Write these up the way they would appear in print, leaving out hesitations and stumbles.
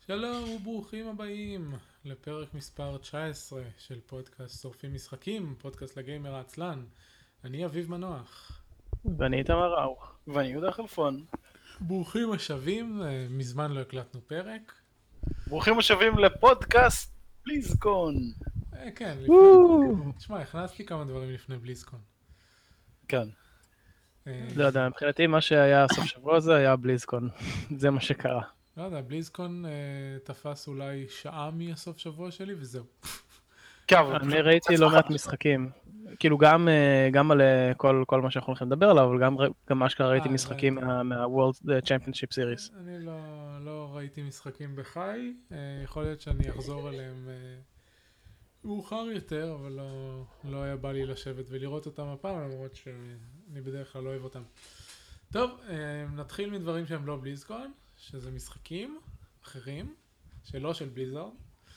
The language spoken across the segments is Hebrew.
שלום וברוכים הבאים לפרק מספר 19 של פודקאסט שורפים משחקים, פודקאסט לגיימר העצלן. אני אביב מנוח. ואני איתמר ראוך. ואני יהודה חלפון. ברוכים השבים, מזמן לא הקלטנו פרק. ברוכים השבים לפודקאסט בליזקון. כן, תשמע, הכנסתי כמה דברים לפני בליזקון. כן. לא יודע, מבחינתי מה שהיה סוף שבוע זה היה בליזקון. זה מה שקרה. לא יודע, בליזקון תפס אולי שעה מהסוף שבוע שלי וזהו. אני ראיתי לא מעט משחקים. כאילו גם על כל מה שאנחנו הולכים לדבר עליו, אבל גם מה שקרה ראיתי משחקים מה-World Championship Series. אני לא ראיתי משחקים בחי, יכול להיות שאני אחזור אליהם מאוחר יותר, אבל לא היה בא לי לשבת ולראות אותם הפעם, למרות שאני בדרך כלל לא אוהב אותם. טוב, נתחיל מדברים שהם לא בליזקון, שזה משחקים אחרים, שלא של בליזארד.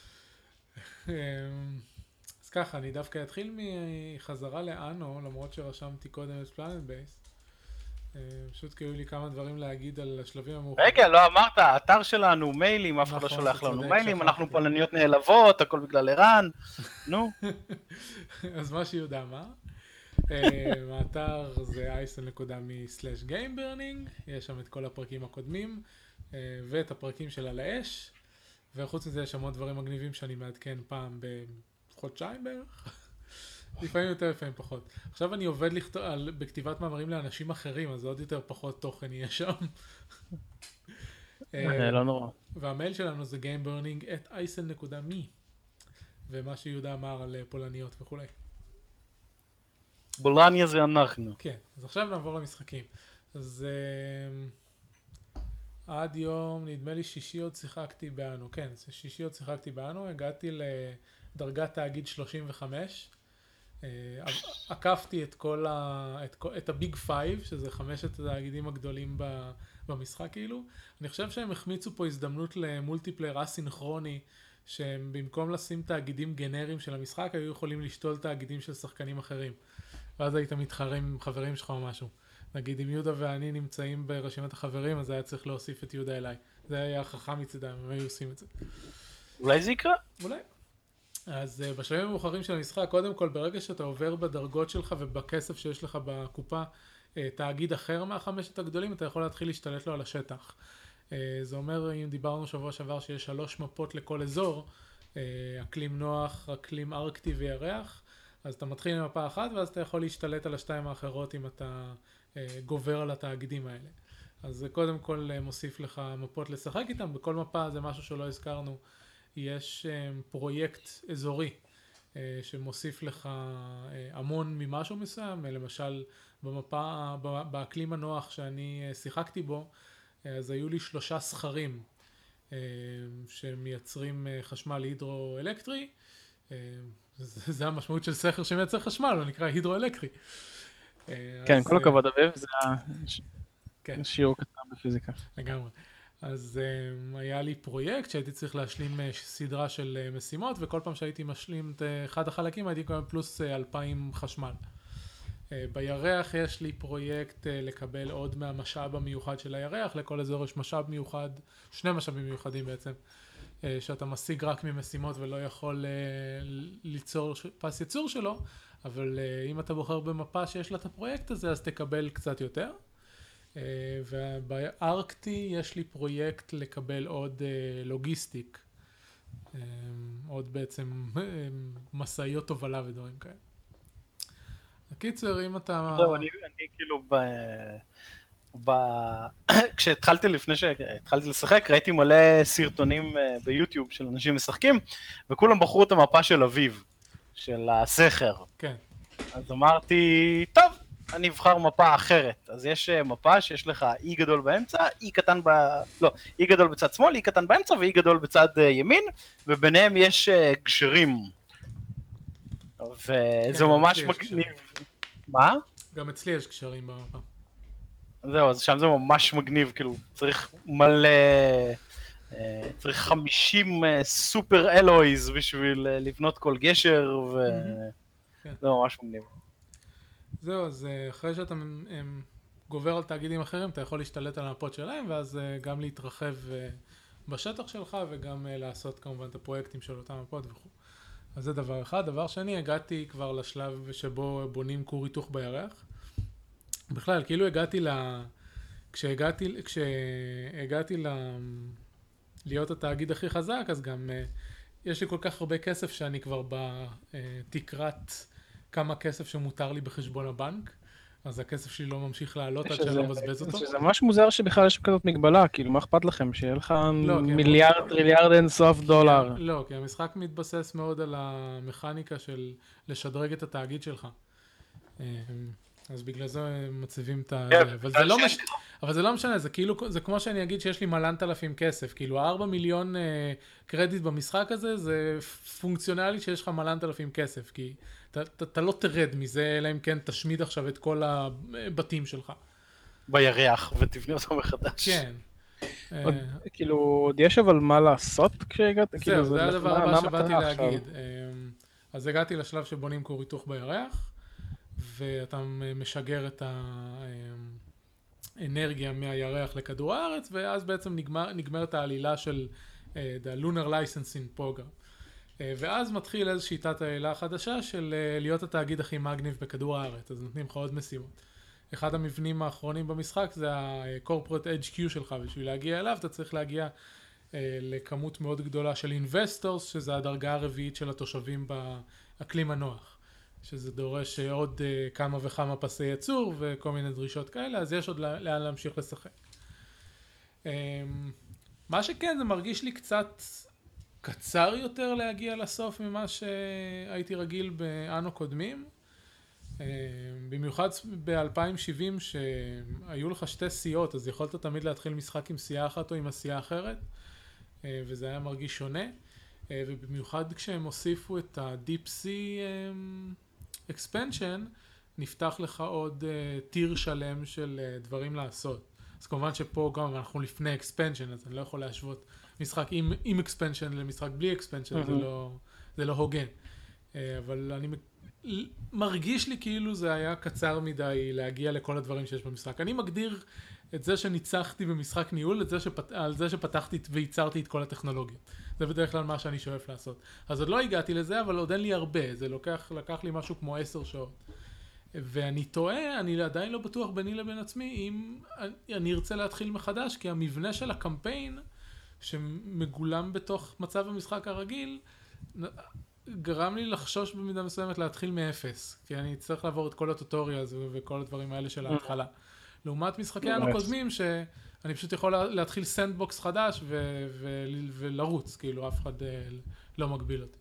אז ככה, אני דווקא אתחיל מחזרה לאנו, למרות שרשמתי קודם את פלנט בייס. פשוט כאילו לי כמה דברים להגיד על השלבים המאוחרים. רגע, לא אמרת, האתר שלנו, מיילים, אף אחד לא שולח לנו מיילים, אנחנו פולניות נעלבות, הכל בגלל ערן, נו. אז מה שיודע אמר, האתר זה isl.me/gameburning, יש שם את כל הפרקים הקודמים, ואת הפרקים של על האש, וחוץ מזה יש שם עוד דברים מגניבים שאני מעדכן פעם בחודשיים בערך. לפעמים יותר, לפעמים פחות. עכשיו אני עובד בכתיבת מאמרים לאנשים אחרים, אז עוד יותר פחות תוכן יהיה שם. לא נורא. והמייל שלנו זה gameburning@isl.me, ומה שיהודה אמר על פולניות וכו'. בולניה זה אנחנו. כן, אז עכשיו נעבור למשחקים. אז עד יום, נדמה לי שישי עוד שיחקתי באנו. כן, שישי עוד שיחקתי באנו, הגעתי לדרגת תאגיד 35. עקפתי את הביג פייב, שזה 5 התאגידים הגדולים במשחק כאילו. אני חושב שהם החמיצו פה הזדמנות למולטיפלייר אסינכרוני, שהם במקום לשים תאגידים גנריים של המשחק, היו יכולים לשתול תאגידים של שחקנים אחרים. ואז היית מתחרים עם חברים שלך או משהו. נגיד אם יהודה ואני נמצאים ברשימת החברים, אז היה צריך להוסיף את יהודה אליי. זה היה חכם מצדם, הם היו עושים את זה. אולי זה יקרה? אולי. אז בשלבים המאוחרים של המשחק, קודם כל ברגע שאתה עובר בדרגות שלך ובכסף שיש לך בקופה תאגיד אחר מהחמשת הגדולים, אתה יכול להתחיל להשתלט לו על השטח. זה אומר, אם דיברנו שבוע שעבר שיש 3 מפות לכל אזור, אקלים נוח, אקלים ארקטי וירח, אז אתה מתחיל עם מפה אחת ואז אתה יכול להשתלט על השתיים האחרות אם אתה גובר על התאגידים האלה. אז זה קודם כל מוסיף לך מפות לשחק איתם, בכל מפה זה משהו שלא הזכרנו, יש פרויקט אזורי שמוסיף לך המון ממשהו מסוים, למשל במפה, באקלים הנוח שאני שיחקתי בו, אז היו לי 3 סכרים שמייצרים חשמל הידרו-אלקטרי, זה המשמעות של סכר שמייצר חשמל, הוא נקרא הידרו-אלקטרי. כן, כל הכבוד אביב, זה שיעור קצר בפיזיקה. לגמרי. אז היה לי פרויקט שהייתי צריך להשלים סדרה של משימות, וכל פעם שהייתי משלים את אחד החלקים הייתי קודם פלוס 2,000 חשמל. בירח יש לי פרויקט לקבל עוד מהמשאב המיוחד של הירח, לכל אזור יש משאב מיוחד, 2 משאבים מיוחדים בעצם, שאתה משיג רק ממשימות ולא יכול ליצור פס ייצור שלו, אבל אם אתה בוחר במפה שיש לה את הפרויקט הזה, אז תקבל קצת יותר. ובארקטי יש לי פרויקט לקבל עוד לוגיסטיק, עוד בעצם מסעיות תובלה ודברים כאלה. הקיצר, אם אתה... טוב, אני כאילו כשהתחלתי לפני שהתחלתי לשחק, ראיתי מלא סרטונים ביוטיוב של אנשים משחקים, וכולם בחרו את המפה של אביב, של הסכר. כן. אז אמרתי, טוב, אני אבחר מפה אחרת. אז יש מפה שיש לך אי גדול באמצע, אי גדול בצד שמאל, אי קטן באמצע ואי גדול בצד ימין, וביניהם יש גשרים. וזה ממש מגניב. מה? גם אצלי יש קשרים במפה. זהו, אז שם זה ממש מגניב, כאילו צריך מלא, צריך 50 סופר אלויז בשביל לבנות כל גשר, וזה ממש מגניב. זהו, אז אחרי שאתה גובר על תאגידים אחרים, אתה יכול להשתלט על המפות שלהם, ואז גם להתרחב בשטח שלך, וגם לעשות כמובן את הפרויקטים של אותם מפות וכו'. אז זה דבר אחד. דבר שני, הגעתי כבר לשלב שבו בונים כור היתוך בירח. בכלל, כאילו כשהגעתי להיות התאגיד הכי חזק, אז גם יש לי כל כך הרבה כסף שאני כבר בתקרת כמה כסף שמותר לי בחשבון הבנק, אז הכסף שלי לא ממשיך לעלות עד שאני לא מבזבז אותו. זה ממש מוזר שבכלל יש כזאת מגבלה, כאילו מה אכפת לכם? שיהיה לך מיליארד, טריליארד אינסוף דולר. לא, כי המשחק מתבסס מאוד על המכניקה של לשדרג את התאגיד שלך. אז בגלל זה מציבים את ה... אבל זה לא משנה, זה כאילו, זה כמו שאני אגיד שיש לי מלנת אלפים כסף, כאילו 4 מיליון קרדיט במשחק הזה, זה פונקציונלי שיש לך מלנת אלפים כסף, כי אתה לא תרד מזה, אלא אם כן תשמיד עכשיו את כל הבתים שלך. בירח, ותבנה אותו מחדש. כן. כאילו, עוד יש אבל מה לעשות כשהגעת? זהו, זה הדבר הבא שבאתי להגיד. אז הגעתי לשלב שבונים כור היתוך בירח, ואתה משגר את האנרגיה מהירח לכדור הארץ, ואז בעצם נגמרת העלילה של the Lunar Licensing Program. ואז מתחיל איזו שיטת העלילה חדשה של להיות התאגיד הכי מגניב בכדור הארץ, אז נותנים לך עוד משימות. אחד המבנים האחרונים במשחק זה ה-Corporate HQ שלך, בשביל להגיע אליו אתה צריך להגיע לכמות מאוד גדולה של investors, שזה הדרגה הרביעית של התושבים באקלים הנוח. שזה דורש עוד כמה וכמה פסי יצור וכל מיני דרישות כאלה, אז יש עוד לאן להמשיך לשחק. מה שכן, זה מרגיש לי קצת קצר יותר להגיע לסוף ממה שהייתי רגיל באנו קודמים. במיוחד ב-2070 שהיו לך שתי סיעות, אז יכולת תמיד להתחיל משחק עם סיעה אחת או עם הסיעה אחרת, וזה היה מרגיש שונה. ובמיוחד כשהם הוסיפו את ה-Deep Sea expansion, נפתח לך עוד טיר שלם של דברים לעשות. אז כמובן שפה גם אנחנו לפני expansion, אז אני לא יכול להשוות משחק עם expansion למשחק בלי expansion, זה לא הוגן. אבל אני מרגיש לי כאילו זה היה קצר מדי להגיע לכל הדברים שיש במשחק. אני מגדיר את זה שניצחתי במשחק ניהול, על זה שפתחתי וייצרתי את כל הטכנולוגיה. זה בדרך כלל מה שאני שואף לעשות. אז עוד לא הגעתי לזה, אבל עוד אין לי הרבה. זה לקח לי משהו כמו 10 שעות. ואני טועה, אני עדיין לא בטוח ביני לבין עצמי, אם אני ארצה להתחיל מחדש, כי המבנה של הקמפיין, שמגולם בתוך מצב המשחק הרגיל, גרם לי לחשוש במידה מסוימת להתחיל מאפס. כי אני צריך לעבור את כל הטוטוריאלס וכל הדברים האלה של ההתחלה. לעומת משחקי אנו קודמים, שאני פשוט יכול להתחיל סנדבוקס חדש ולרוץ, כאילו אף אחד לא מגביל אותי.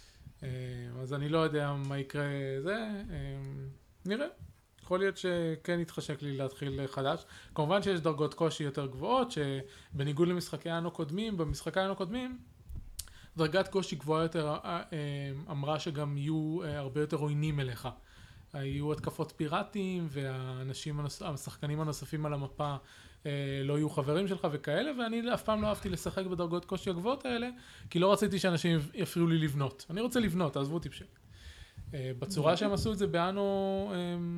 אז אני לא יודע מה יקרה זה, נראה. יכול להיות שכן יתחשק לי להתחיל חדש. כמובן שיש דרגות קושי יותר גבוהות, שבניגוד למשחקי אנו קודמים, במשחקי אנו קודמים, דרגת קושי גבוהה יותר אמרה שגם יהיו הרבה יותר עוינים אליך. היו התקפות פיראטים, השחקנים הנוספים על המפה לא יהיו חברים שלך וכאלה, ואני אף פעם לא אהבתי לשחק בדרגות קושי הגבוהות האלה, כי לא רציתי שאנשים יפריעו לי לבנות. אני רוצה לבנות, עזבו אותי פשוט. בצורה שהם עשו את זה באנו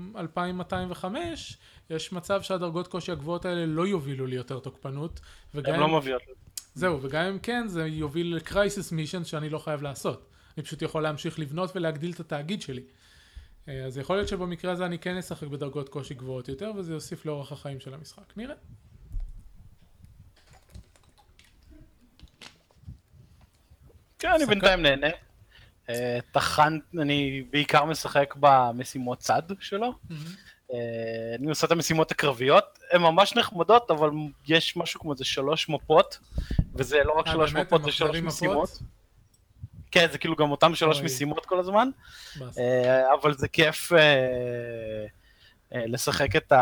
2205, יש מצב שהדרגות קושי הגבוהות האלה לא יובילו לי יותר תוקפנות. הם לא מביאות. זהו, וגם אם כן, זה יוביל לקרייסיס מישן שאני לא חייב לעשות. אני פשוט יכול להמשיך לבנות ולהגדיל את התאגיד שלי. אז יכול להיות שבמקרה הזה אני כן אשחק בדרגות קושי גבוהות יותר, וזה יוסיף לאורך החיים של המשחק. נראה. כן, אני בינתיים נהנה. אני בעיקר משחק במשימות צד שלו. אני עושה את המשימות הקרביות, הן ממש נחמדות, אבל יש משהו כמו זה 3 מפות, וזה לא רק 3 מפות, זה 3 משימות. כן, זה כאילו גם אותם 3 משימות כל הזמן, אבל זה כיף לשחק את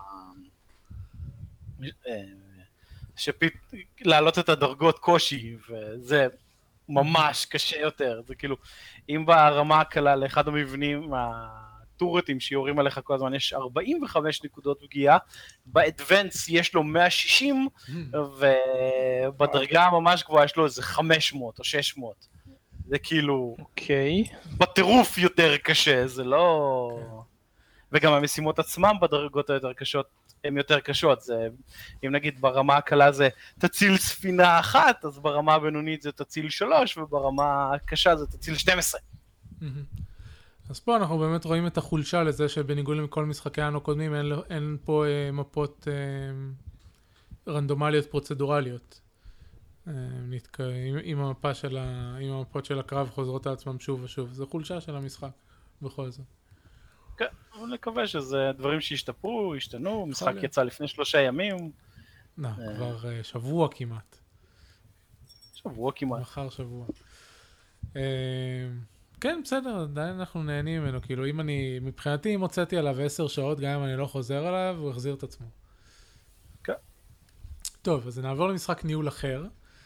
להעלות את הדרגות קושי, וזה ממש קשה יותר. זה כאילו, אם ברמה הקלה לאחד המבנים, הטורטים שיורים עליך כל הזמן, יש 45 נקודות פגיעה, באדוונס יש לו 160, ובדרגה ממש גבוהה יש לו איזה 500 או 600. זה כאילו, בטירוף יותר קשה, זה לא... וגם המשימות עצמם בדרגות היותר קשות, הן יותר קשות. זה, אם נגיד ברמה הקלה זה תציל ספינה אחת, אז ברמה הבינונית זה תציל 3, וברמה הקשה זה תציל 12. אז פה אנחנו באמת רואים את החולשה לזה שבניגוד לכל משחקי אנו קודמים, אין פה מפות רנדומליות פרוצדורליות. עם המפות של הקרב חוזרות על עצמם שוב ושוב. זו חולשה של המשחק, בכל זאת. כן, אני מקווה שזה דברים שהשתפרו, השתנו, משחק יצא לפני 3 ימים. כבר שבוע כמעט. שבוע כמעט. מחר שבוע. כן, בסדר, עדיין אנחנו נהנים ממנו. כאילו, מבחינתי, אם הוצאתי עליו 10 שעות, גם אם אני לא חוזר עליו, הוא החזיר את עצמו. כן. טוב, אז נעבור למשחק ניהול אחר,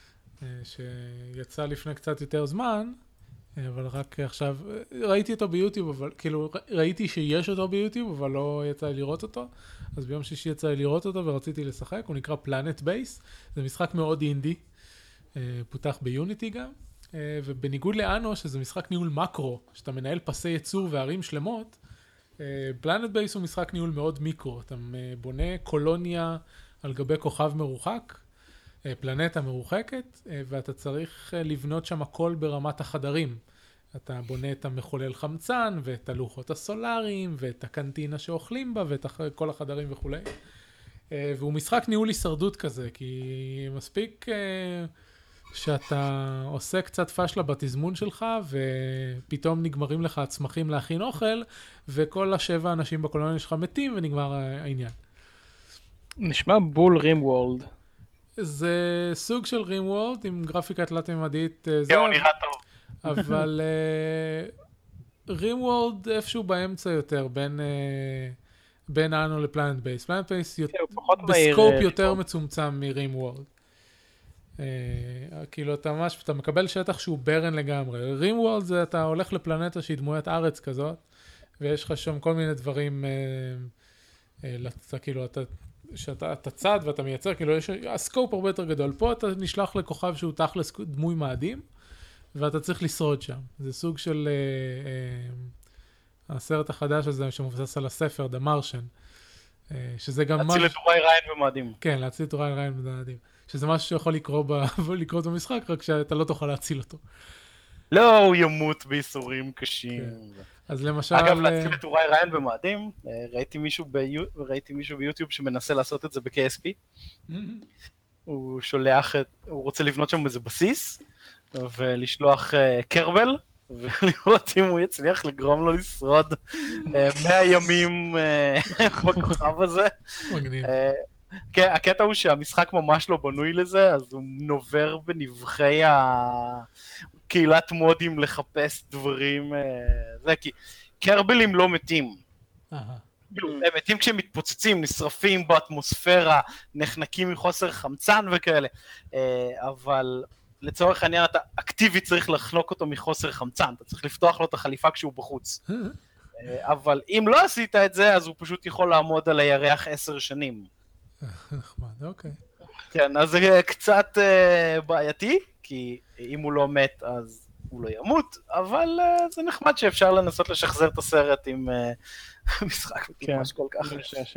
שיצא לפני קצת יותר זמן, אבל רק עכשיו, ראיתי אותו ביוטיוב, אבל כאילו, ראיתי שיש אותו ביוטיוב, אבל לא יצא לי לראות אותו, אז ביום שישי יצא לי לראות אותו ורציתי לשחק, הוא נקרא Planet Base, זה משחק מאוד אינדי, פותח ביוניטי גם, ובניגוד לאנו, שזה משחק ניהול מקרו, שאתה מנהל פסי ייצור וערים שלמות, Planet Base הוא משחק ניהול מאוד מיקרו, אתה בונה קולוניה על גבי כוכב מרוחק, פלנטה מרוחקת, ואתה צריך לבנות שם הכל ברמת החדרים. אתה בונה את המחולל חמצן, ואת הלוחות הסולאריים, ואת הקנטינה שאוכלים בה, ואת כל החדרים וכו'. והוא משחק ניהול הישרדות כזה, כי מספיק שאתה עושה קצת פשלה בתזמון שלך, ופתאום נגמרים לך הצמחים להכין אוכל, וכל 7 אנשים בקולוניה שלך מתים, ונגמר העניין. נשמע בול רים וורלד. זה סוג של רימוורד עם גרפיקה תלת-ממדית, הוא נראה טוב. אבל רימוורד איפשהו באמצע יותר, בין אנו לפלנט בייס. פלנט בייס בסקופ יותר מצומצם מרימוורד. כאילו אתה מקבל שטח שהוא ברן לגמרי. רימוורד זה אתה הולך לפלנטה שהיא דמוית ארץ כזאת, ויש לך שם כל מיני דברים, כאילו שאתה צד ואתה מייצר, כאילו יש הסקופ הרבה יותר גדול. פה אתה נשלח לכוכב שהוא תכלס דמוי מאדים, ואתה צריך לשרוד שם. זה סוג של הסרט החדש הזה שמבוסס על הספר, The Martian. שזה גם להציל את טוראי ריין במאדים. כן, להציל את טוראי ריין במאדים. שזה משהו שיכול לקרות במשחק, רק שאתה לא תוכל להציל אותו. לא, הוא ימות בייסורים קשים. אז למשל... אגב, להציל את טוראי ריין במאדים, ראיתי מישהו ביוטיוב שמנסה לעשות את זה ב-KSP. הוא רוצה לבנות שם איזה בסיס, ולשלוח קרבל, ולראות אם הוא יצליח לגרום לו לשרוד 100 ימים בכוכב הזה. מגניב. כן, הקטע הוא שהמשחק ממש לא בנוי לזה, אז הוא נובר בנבחי קהילת מודים לחפש דברים, זה כי קרבלים לא מתים. הם מתים כשהם מתפוצצים, נשרפים באטמוספירה, נחנקים מחוסר חמצן וכאלה, אבל לצורך העניין אתה אקטיבית צריך לחנוק אותו מחוסר חמצן, אתה צריך לפתוח לו את החליפה כשהוא בחוץ. אבל אם לא עשית את זה, אז הוא פשוט יכול לעמוד על הירח 10 שנים. נחמד, אוקיי. כן, אז זה קצת בעייתי, כי אם הוא לא מת אז הוא לא ימות, אבל זה נחמד שאפשר לנסות לשחזר את הסרט עם משחק ממש כל כך.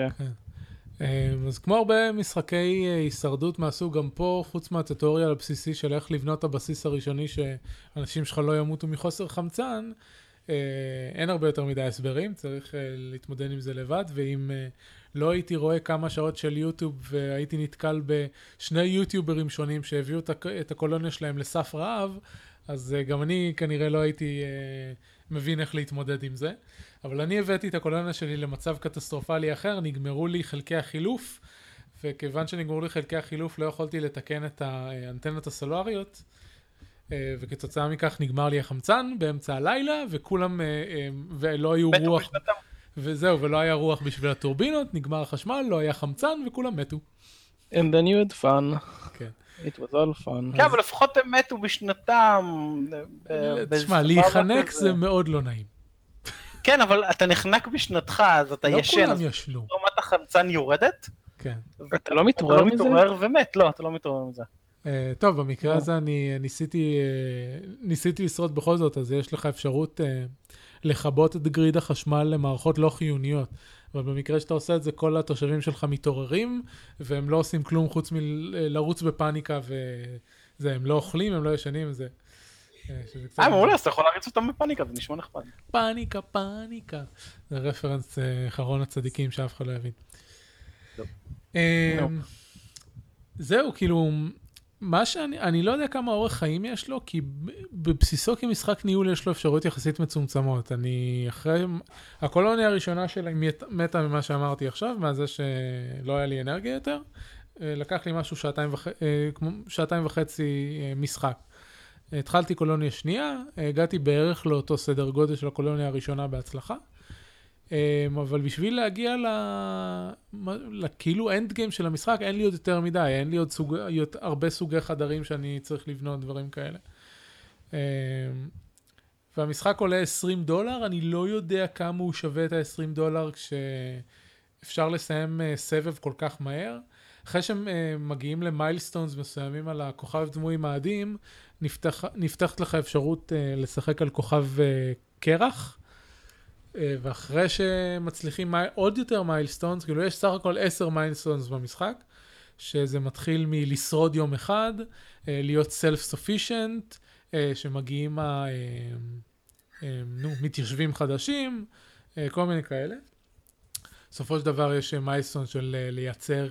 אז כמו הרבה משחקי הישרדות מהסוג, גם פה, חוץ מהטוטוריאל הבסיסי של איך לבנות את הבסיס הראשוני שאנשים שלך לא ימותו מחוסר חמצן, אין הרבה יותר מדי הסברים, צריך להתמודד עם זה לבד, ואם לא הייתי רואה כמה שעות של יוטיוב והייתי נתקל בשני יוטיוברים שונים שהביאו את הקולוניה שלהם לסף רעב, אז גם אני כנראה לא הייתי מבין איך להתמודד עם זה. אבל אני הבאתי את הקולוניה שלי למצב קטסטרופלי אחר, נגמרו לי חלקי החילוף, וכיוון שנגמרו לי חלקי החילוף לא יכולתי לתקן את האנטנות הסולריות, וכתוצאה מכך נגמר לי החמצן באמצע הלילה, וכולם, ולא היו רוח, וזהו, ולא היה רוח בשביל הטורבינות, נגמר החשמל, לא היה חמצן, וכולם מתו. And then you had fun. כן. It was all fun. כן, אבל לפחות הם מתו בשנתם. תשמע, להיחנק זה מאוד לא נעים. כן, אבל אתה נחנק בשנתך, אז אתה ישן. לא כולם ישנו. רמת החמצן יורדת. כן. אתה לא מתעורר מזה? אתה לא מתעורר ומת, לא, אתה לא מתעורר מזה. טוב, במקרה הזה אני ניסיתי לשרוד בכל זאת, אז יש לך אפשרות לכבות את גריד החשמל למערכות לא חיוניות. אבל במקרה שאתה עושה את זה, כל התושבים שלך מתעוררים, והם לא עושים כלום חוץ מלרוץ בפאניקה, וזה, הם לא אוכלים, הם לא ישנים, זה... מעולה, אז אתה יכול להריץ אותם בפאניקה, זה נשמע נחמד. פאניקה, פאניקה. זה רפרנס אחרון הצדיקים שאף אחד לא יבין. זהו, כאילו, מה אני לא יודע כמה אורך חיים יש לו, כי בבסיסו כמשחק ניהול יש לו אפשרויות יחסית מצומצמות. אני אחרי, הקולוניה הראשונה שלה מתה ממה שאמרתי עכשיו, מהזה שלא היה לי אנרגיה יותר, לקח לי משהו שעתיים וחצי משחק. התחלתי קולוניה שנייה, הגעתי בערך לאותו סדר גודל של הקולוניה הראשונה בהצלחה, אבל בשביל להגיע כאילו אנד גיים של המשחק, אין לי עוד יותר מדי, אין לי עוד הרבה סוגי חדרים שאני צריך לבנות, דברים כאלה. והמשחק עולה $20, אני לא יודע כמה הוא שווה את $20 כשאפשר לסיים סבב כל כך מהר. אחרי שהם מגיעים למיילסטונס מסוימים על הכוכב דמוי מאדים, נפתחת לך אפשרות לשחק על כוכב קרח, ואחרי שמצליחים עוד יותר מיילסטונס, כאילו יש סך הכל 10 מיילסטונס במשחק, שזה מתחיל מלשרוד יום אחד, להיות self-sufficient, שמגיעים מתיישבים חדשים, כל מיני כאלה. בסופו של דבר יש מיילסטונס של לייצר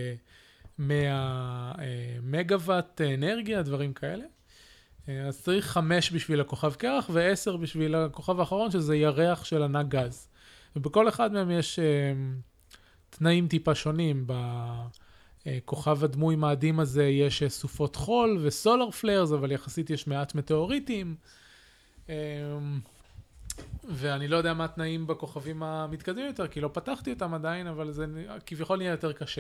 100 מגוואט אנרגיה, דברים כאלה. אז צריך 5 בשביל הכוכב קרח ו10 בשביל הכוכב האחרון, שזה ירח של ענק גז. ובכל אחד מהם יש תנאים טיפה שונים. בכוכב הדמוי מאדים הזה יש סופות חול וסולר פליירס, אבל יחסית יש מעט מטאוריטים. ואני לא יודע מה התנאים בכוכבים המתקדמים יותר, כי לא פתחתי אותם עדיין, אבל זה כביכול נהיה יותר קשה.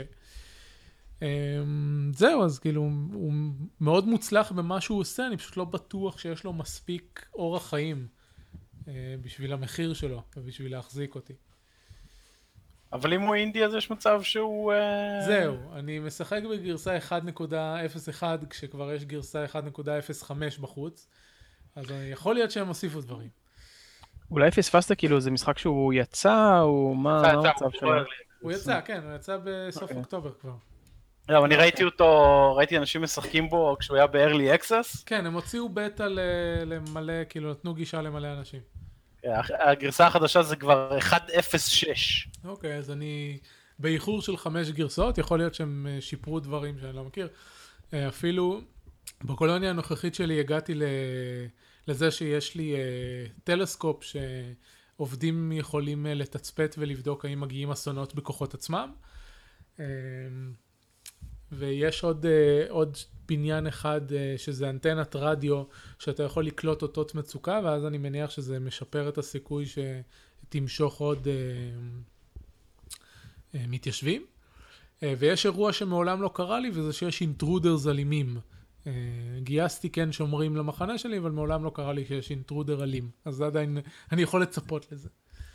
זהו, אז כאילו, הוא מאוד מוצלח במה שהוא עושה, אני פשוט לא בטוח שיש לו מספיק אורח חיים בשביל המחיר שלו, ובשביל להחזיק אותי. אבל אם הוא אינדי, אז יש מצב שהוא... זהו, אני משחק בגרסה 1.01, כשכבר יש גרסה 1.05 בחוץ, אז יכול להיות שהם הוסיפו דברים. אולי פספסת, כאילו, זה משחק שהוא יצא, או מה המצב שלו? הוא יצא, כן, הוא יצא בסוף אוקטובר כבר. לא, אני ראיתי אנשים משחקים בו כשהוא היה ב-early access. כן, הם הוציאו בטא למלא, כאילו נתנו גישה למלא אנשים. הגרסה החדשה זה כבר 1.06. אוקיי, אז אני באיחור של 5 גרסאות, יכול להיות שהם שיפרו דברים שאני לא מכיר. אפילו בקולוניה הנוכחית שלי הגעתי לזה שיש לי טלסקופ שעובדים יכולים לתצפת ולבדוק האם מגיעים אסונות בכוחות עצמם. ויש עוד בניין אחד שזה אנטנת רדיו שאתה יכול לקלוט אותות מצוקה, ואז אני מניח שזה משפר את הסיכוי שתמשוך עוד מתיישבים. ויש אירוע שמעולם לא קרה לי, וזה שיש אינטרודרס אלימים. גייסתי כן שומרים למחנה שלי, אבל מעולם לא קרה לי שיש אינטרודר אלים. אז עדיין אני יכול לצפות לזה.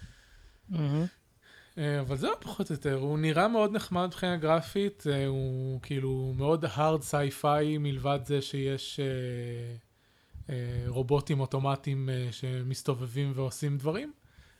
אבל זהו פחות או יותר, הוא נראה מאוד נחמד מבחינה גרפית, הוא כאילו מאוד hard sci-fi מלבד זה שיש רובוטים אוטומטיים שמסתובבים ועושים דברים.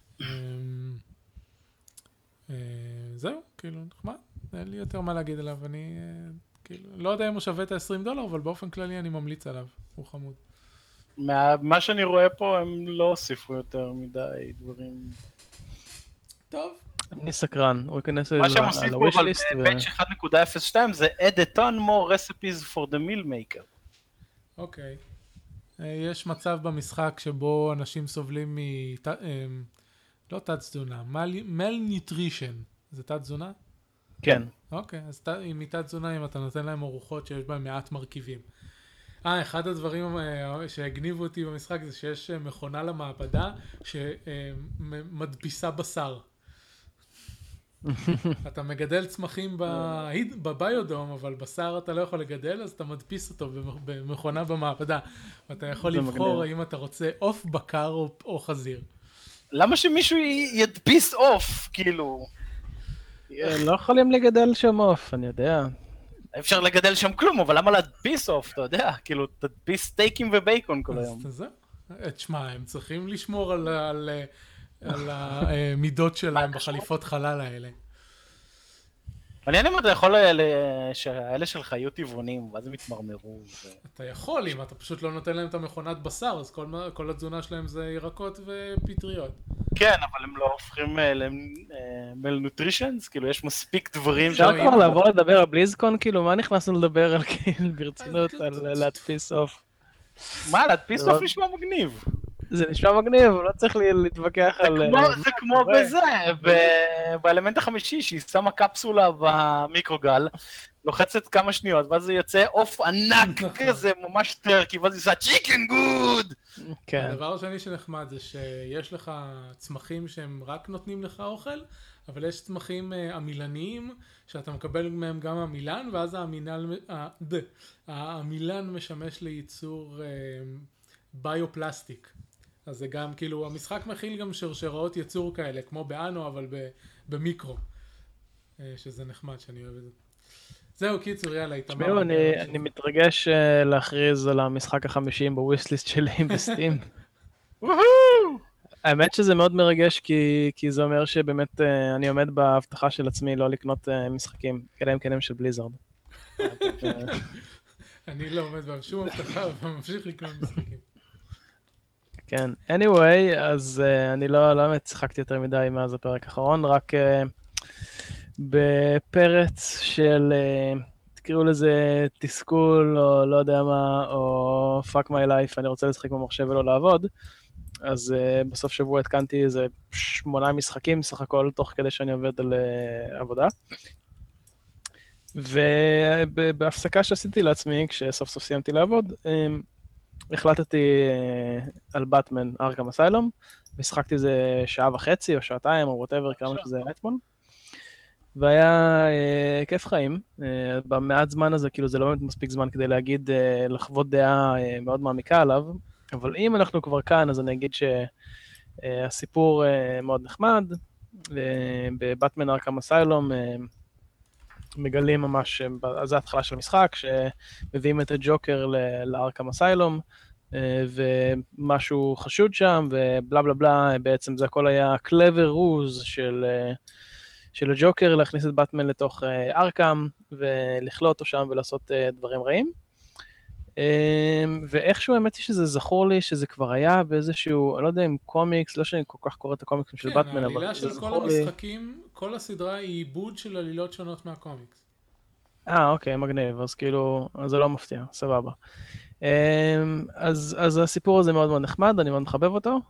זהו, כאילו נחמד, אין לי יותר מה להגיד עליו, אני כאילו לא יודע אם הוא שווה את $20, אבל באופן כללי אני ממליץ עליו, הוא חמוד. מה שאני רואה פה הם לא הוסיפו יותר מדי דברים. טוב. אני סקרן, הוא ייכנס מה שהם הוסיפו אבל בפאץ' 1.02 זה add a ton more recipes for the meal maker. אוקיי. יש מצב במשחק שבו אנשים סובלים לא תת תזונה, malnutrition. זה תת תזונה? כן. אוקיי, אז מתת תזונה אם אתה נותן להם ארוחות שיש בהם מעט מרכיבים. אחד הדברים שהגניבו אותי במשחק זה שיש מכונה למעבדה שמדפיסה בשר. אתה מגדל צמחים בביודום, אבל בשר אתה לא יכול לגדל, אז אתה מדפיס אותו במכונה במעבדה. ואתה יכול לבחור האם אתה רוצה עוף, בקר או חזיר. למה שמישהו ידפיס עוף, כאילו? לא יכולים לגדל שם עוף, אני יודע. אפשר לגדל שם כלום, אבל למה להדפיס עוף, אתה יודע? כאילו, תדפיס סטייקים ובייקון כל היום. אז תשמע, הם צריכים לשמור על המידות שלהם בחליפות חלל האלה. מעניין אם אתה יכול שהאלה שלך יהיו טבעונים, ואז הם יתמרמרו. אתה יכול, אם אתה פשוט לא נותן להם את המכונת בשר, אז כל התזונה שלהם זה ירקות ופטריות. כן, אבל הם לא הופכים למלנוטרישנס, כאילו יש מספיק דברים. אפשר כבר לעבור לדבר על בליזקון, כאילו מה נכנסנו לדבר על כאילו ברצינות, על להדפיס אוף? מה, להדפיס אוף נשמע מגניב. זה נשמע מגניב, לא צריך להתווכח על... זה כמו בזה, באלמנט החמישי, שהיא שמה קפסולה במיקרוגל, לוחצת כמה שניות, ואז זה יוצא עוף ענק כזה, ממש טרקי, ואז זה עושה צ'יקן גוד! הדבר השני שנחמד זה שיש לך צמחים שהם רק נותנים לך אוכל, אבל יש צמחים עמילניים, שאתה מקבל מהם גם עמילן, ואז העמילן משמש לייצור ביופלסטיק. אז זה גם, כאילו, המשחק מכיל גם שרשראות יצור כאלה, כמו באנו, אבל במיקרו. שזה נחמד שאני אוהב את זה. זהו, קיצור, יאללה, התאמר. תשמעו, אני מתרגש להכריז על המשחק ה50 בווישליסט שלי בסטים. האמת שזה מאוד מרגש, כי זה אומר שבאמת אני עומד בהבטחה של עצמי לא לקנות משחקים, כאלה הם כאלה של בליזארד. אני לא עומד בשום הבטחה, אבל ממשיך לקנות משחקים. כן, anyway, אז אני לא באמת שיחקתי יותר מדי מאז הפרק האחרון, רק בפרץ של, תקראו לזה תסכול, או לא יודע מה, או fuck my life, אני רוצה לשחק במחשב ולא לעבוד, אז בסוף שבוע התקנתי איזה 8 משחקים, סך הכל, תוך כדי שאני עובד על עבודה. ובהפסקה שעשיתי לעצמי, כשסוף סוף סיימתי לעבוד, החלטתי על באטמן ארכם אסיילום, ושחקתי איזה 1.5 שעה או שעתיים או whatever, כמה שזה היה אתמול. והיה כיף חיים. במעט זמן הזה, כאילו זה לא באמת מספיק זמן כדי להגיד, לחוות דעה מאוד מעמיקה עליו, אבל אם אנחנו כבר כאן, אז אני אגיד שהסיפור מאוד נחמד. בבאטמן ארכם אסיילום מגלים ממש, אז זה ההתחלה של המשחק, שמביאים את הג'וקר לארכם אסיילום, ומשהו חשוד שם, ובלה בלה בלה, בעצם זה הכל היה קלבר רוז של הג'וקר, להכניס את באטמן לתוך ארכם, ולכלוא אותו שם ולעשות דברים רעים. ואיכשהו האמת היא שזה זכור לי, שזה כבר היה באיזשהו, אני לא יודע אם קומיקס, לא שאני כל כך קורא את הקומיקסים של באטמן, אבל העלילה של כל המשחקים, כל הסדרה היא עיבוד של עלילות שונות מהקומיקס. אוקיי, מגניב, אז כאילו, זה לא מפתיע, סבבה. אז הסיפור הזה מאוד מאוד נחמד, אני מאוד מחבב אותו,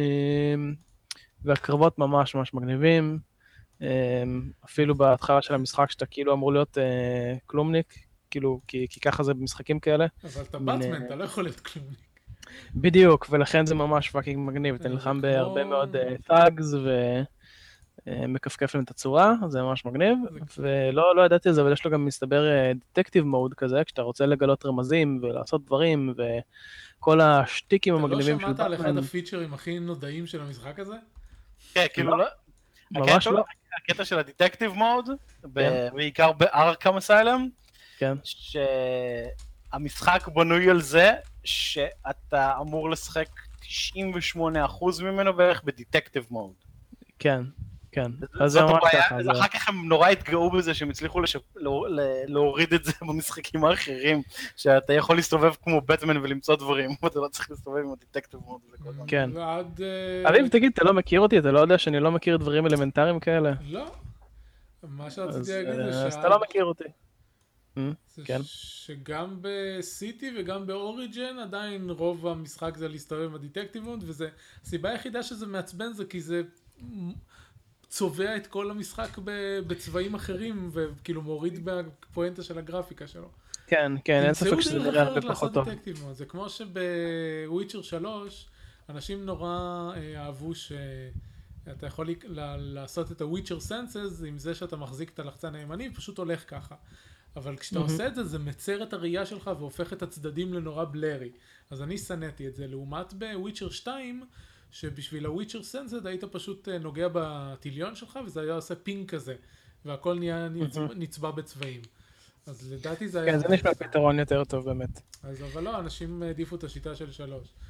והקרבות ממש ממש מגניבים, אפילו בהתחלה של המשחק שאתה כאילו אמור להיות כלומניק, כאילו, כי ככה זה במשחקים כאלה. אבל אתה באטמן, אתה לא יכול להיות כלומניק. בדיוק, ולכן זה ממש פאקינג מגניב, אתה נלחם בהרבה מאוד טאגס ומקפקף להם את הצורה, זה ממש מגניב, ולא ידעתי על זה, אבל יש לו גם מסתבר דטקטיב מוד כזה, כשאתה רוצה לגלות רמזים ולעשות דברים, וכל השטיקים המגניבים של באטמן. אתה לא שמעת על אחד הפיצ'רים הכי נודעים של המשחק הזה? כן, כאילו לא. ממש לא. הקטע של הדטקטיב מוד, בעיקר בארכם אסיילום, כן. שהמשחק בנוי על זה שאתה אמור לשחק 98% ממנו בערך בדטקטיב מוד. כן, כן. זאת הבעיה, אחר כך הם נורא התגאו בזה שהם הצליחו להוריד את זה במשחקים האחרים, שאתה יכול להסתובב כמו בטמן ולמצוא דברים, ואתה לא צריך להסתובב עם הדטקטיב מוד. כן. אביב, תגיד, אתה לא מכיר אותי? אתה לא יודע שאני לא מכיר דברים אלמנטריים כאלה? לא. מה שרציתי להגיד זה אז אתה לא מכיר אותי. כן. שגם בסיטי וגם באוריג'ן עדיין רוב המשחק זה להסתובב עם הדטקטיב מוד, וזה הסיבה היחידה שזה מעצבן זה כי זה צובע את כל המשחק בצבעים אחרים, וכאילו מוריד בפואנטה של הגרפיקה שלו. כן, כן, אין ספק שזה נראה הרבה פחות טוב. זה כמו שבוויצ'ר 3 אנשים נורא אהבו שאתה יכול לעשות את הוויצ'ר סנסס עם זה שאתה מחזיק את הלחצן הימני ופשוט הולך ככה. אבל כשאתה עושה את זה, זה מצר את הראייה שלך והופך את הצדדים לנורא בלרי. אז אני סנתי את זה. לעומת בוויצ'ר 2, שבשביל הוויצ'ר סנסד היית פשוט נוגע בטיליון שלך, וזה היה עושה פינק כזה. והכל נהיה נצבע בצבעים. אז לדעתי זה היה... כן, זה נשמע פתרון יותר טוב באמת. אז אבל לא, אנשים העדיפו את השיטה של 3.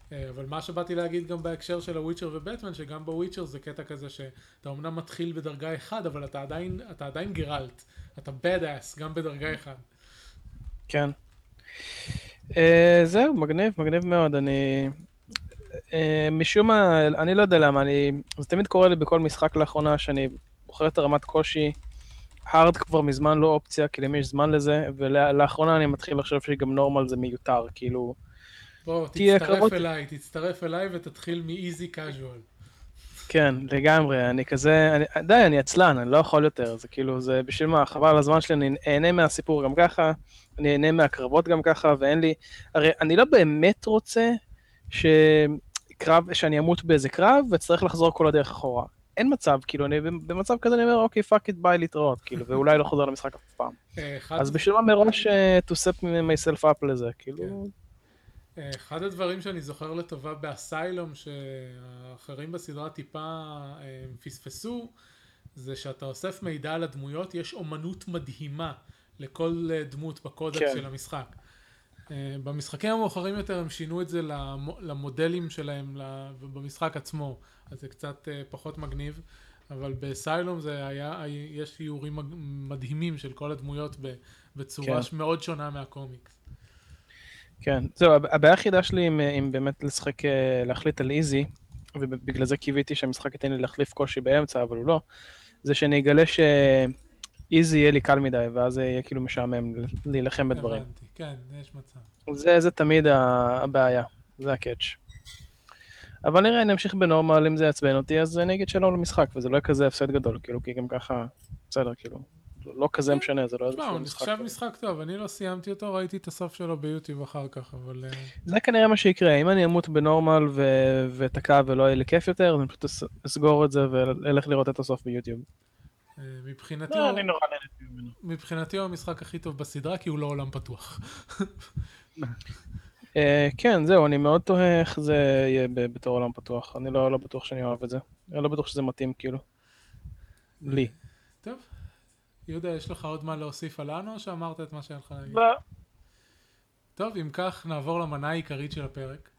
אבל מה שבאתי להגיד גם בהקשר של הוויצ'ר ובטמן, שגם בוויצ'ר זה קטע כזה שאתה אמנם מתחיל בדרגה 1, אבל אתה עדיין גרלט. אתה bad ass, גם בדרגה 1. כן. זהו, מגניב מאוד. משום מה, אני לא יודע למה, זה תמיד קורה לי בכל משחק לאחרונה שאני בוחר את הרמת קושי. הארד כבר מזמן לא אופציה, כי למי יש זמן לזה, ולאחרונה אני מתחיל לחשוב שגם נורמל זה מיותר, כאילו... בוא, תצטרף אליי ותתחיל מ-easy casual. כן, לגמרי, אני כזה, אני עצלן, אני לא יכול יותר, זה כאילו, זה בשביל מה, חבל על הזמן שלי, אני אהנה מהסיפור גם ככה, אני אהנה מהקרבות גם ככה, ואין לי, הרי אני לא באמת רוצה שאני אמות באיזה קרב, וצריך לחזור כל הדרך אחורה. אין מצב, כאילו, אני במצב כזה אני אומר, אוקיי, fuck it, ביי, להתראות, כאילו, ואולי לא חוזר למשחק אף פעם. אז בשביל מה מראש to set myself up לזה, כאילו... אחד הדברים שאני זוכר לטובה באסיילום, שהאחרים בסדרה טיפה פספסו, זה שאתה אוסף מידע על הדמויות, יש אומנות מדהימה לכל דמות בקודקס של המשחק. במשחקים המאוחרים יותר הם שינו את זה למודלים שלהם במשחק עצמו, אז זה קצת פחות מגניב, אבל באסיילום יש איורים מדהימים של כל הדמויות בצורה מאוד שונה מהקומיקס. כן, זהו, הבעיה היחידה שלי אם באמת להחליט על איזי, ובגלל זה קיוויתי שהמשחק ייתן לי להחליף קושי באמצע, אבל הוא לא, זה שאני אגלה שאיזי יהיה לי קל מדי, ואז יהיה כאילו משעמם להילחם בדברים. הבנתי, כן, יש מצב. זה תמיד הבעיה, זה הקאץ'. אבל נראה, נמשיך בנורמל, אם זה יעצבן אותי, אז אני אגיד שלום למשחק, וזה לא יהיה כזה הפסד גדול, כאילו, כי גם ככה, בסדר, כאילו. לא כזה משנה, זה לא איזה משחק. אני חושב משחק טוב, אני לא סיימתי אותו, ראיתי את הסוף שלו ביוטיוב אחר כך, אבל... זה כנראה מה שיקרה, אם אני אמות בנורמל ותקע ולא יהיה לי כיף יותר, אז אני פשוט אסגור את זה ואלך לראות את הסוף ביוטיוב. מבחינתי הוא המשחק הכי טוב בסדרה, כי הוא לא עולם פתוח. כן, זהו, אני מאוד תוהה איך זה יהיה בתור עולם פתוח, אני לא בטוח שאני אוהב את זה, אני לא בטוח שזה מתאים כאילו, לי. טוב. יהודה, יש לך עוד מה להוסיף עלינו, או שאמרת את מה שהיה לך להגיד? לא. טוב, אם כך, נעבור למנה העיקרית של הפרק.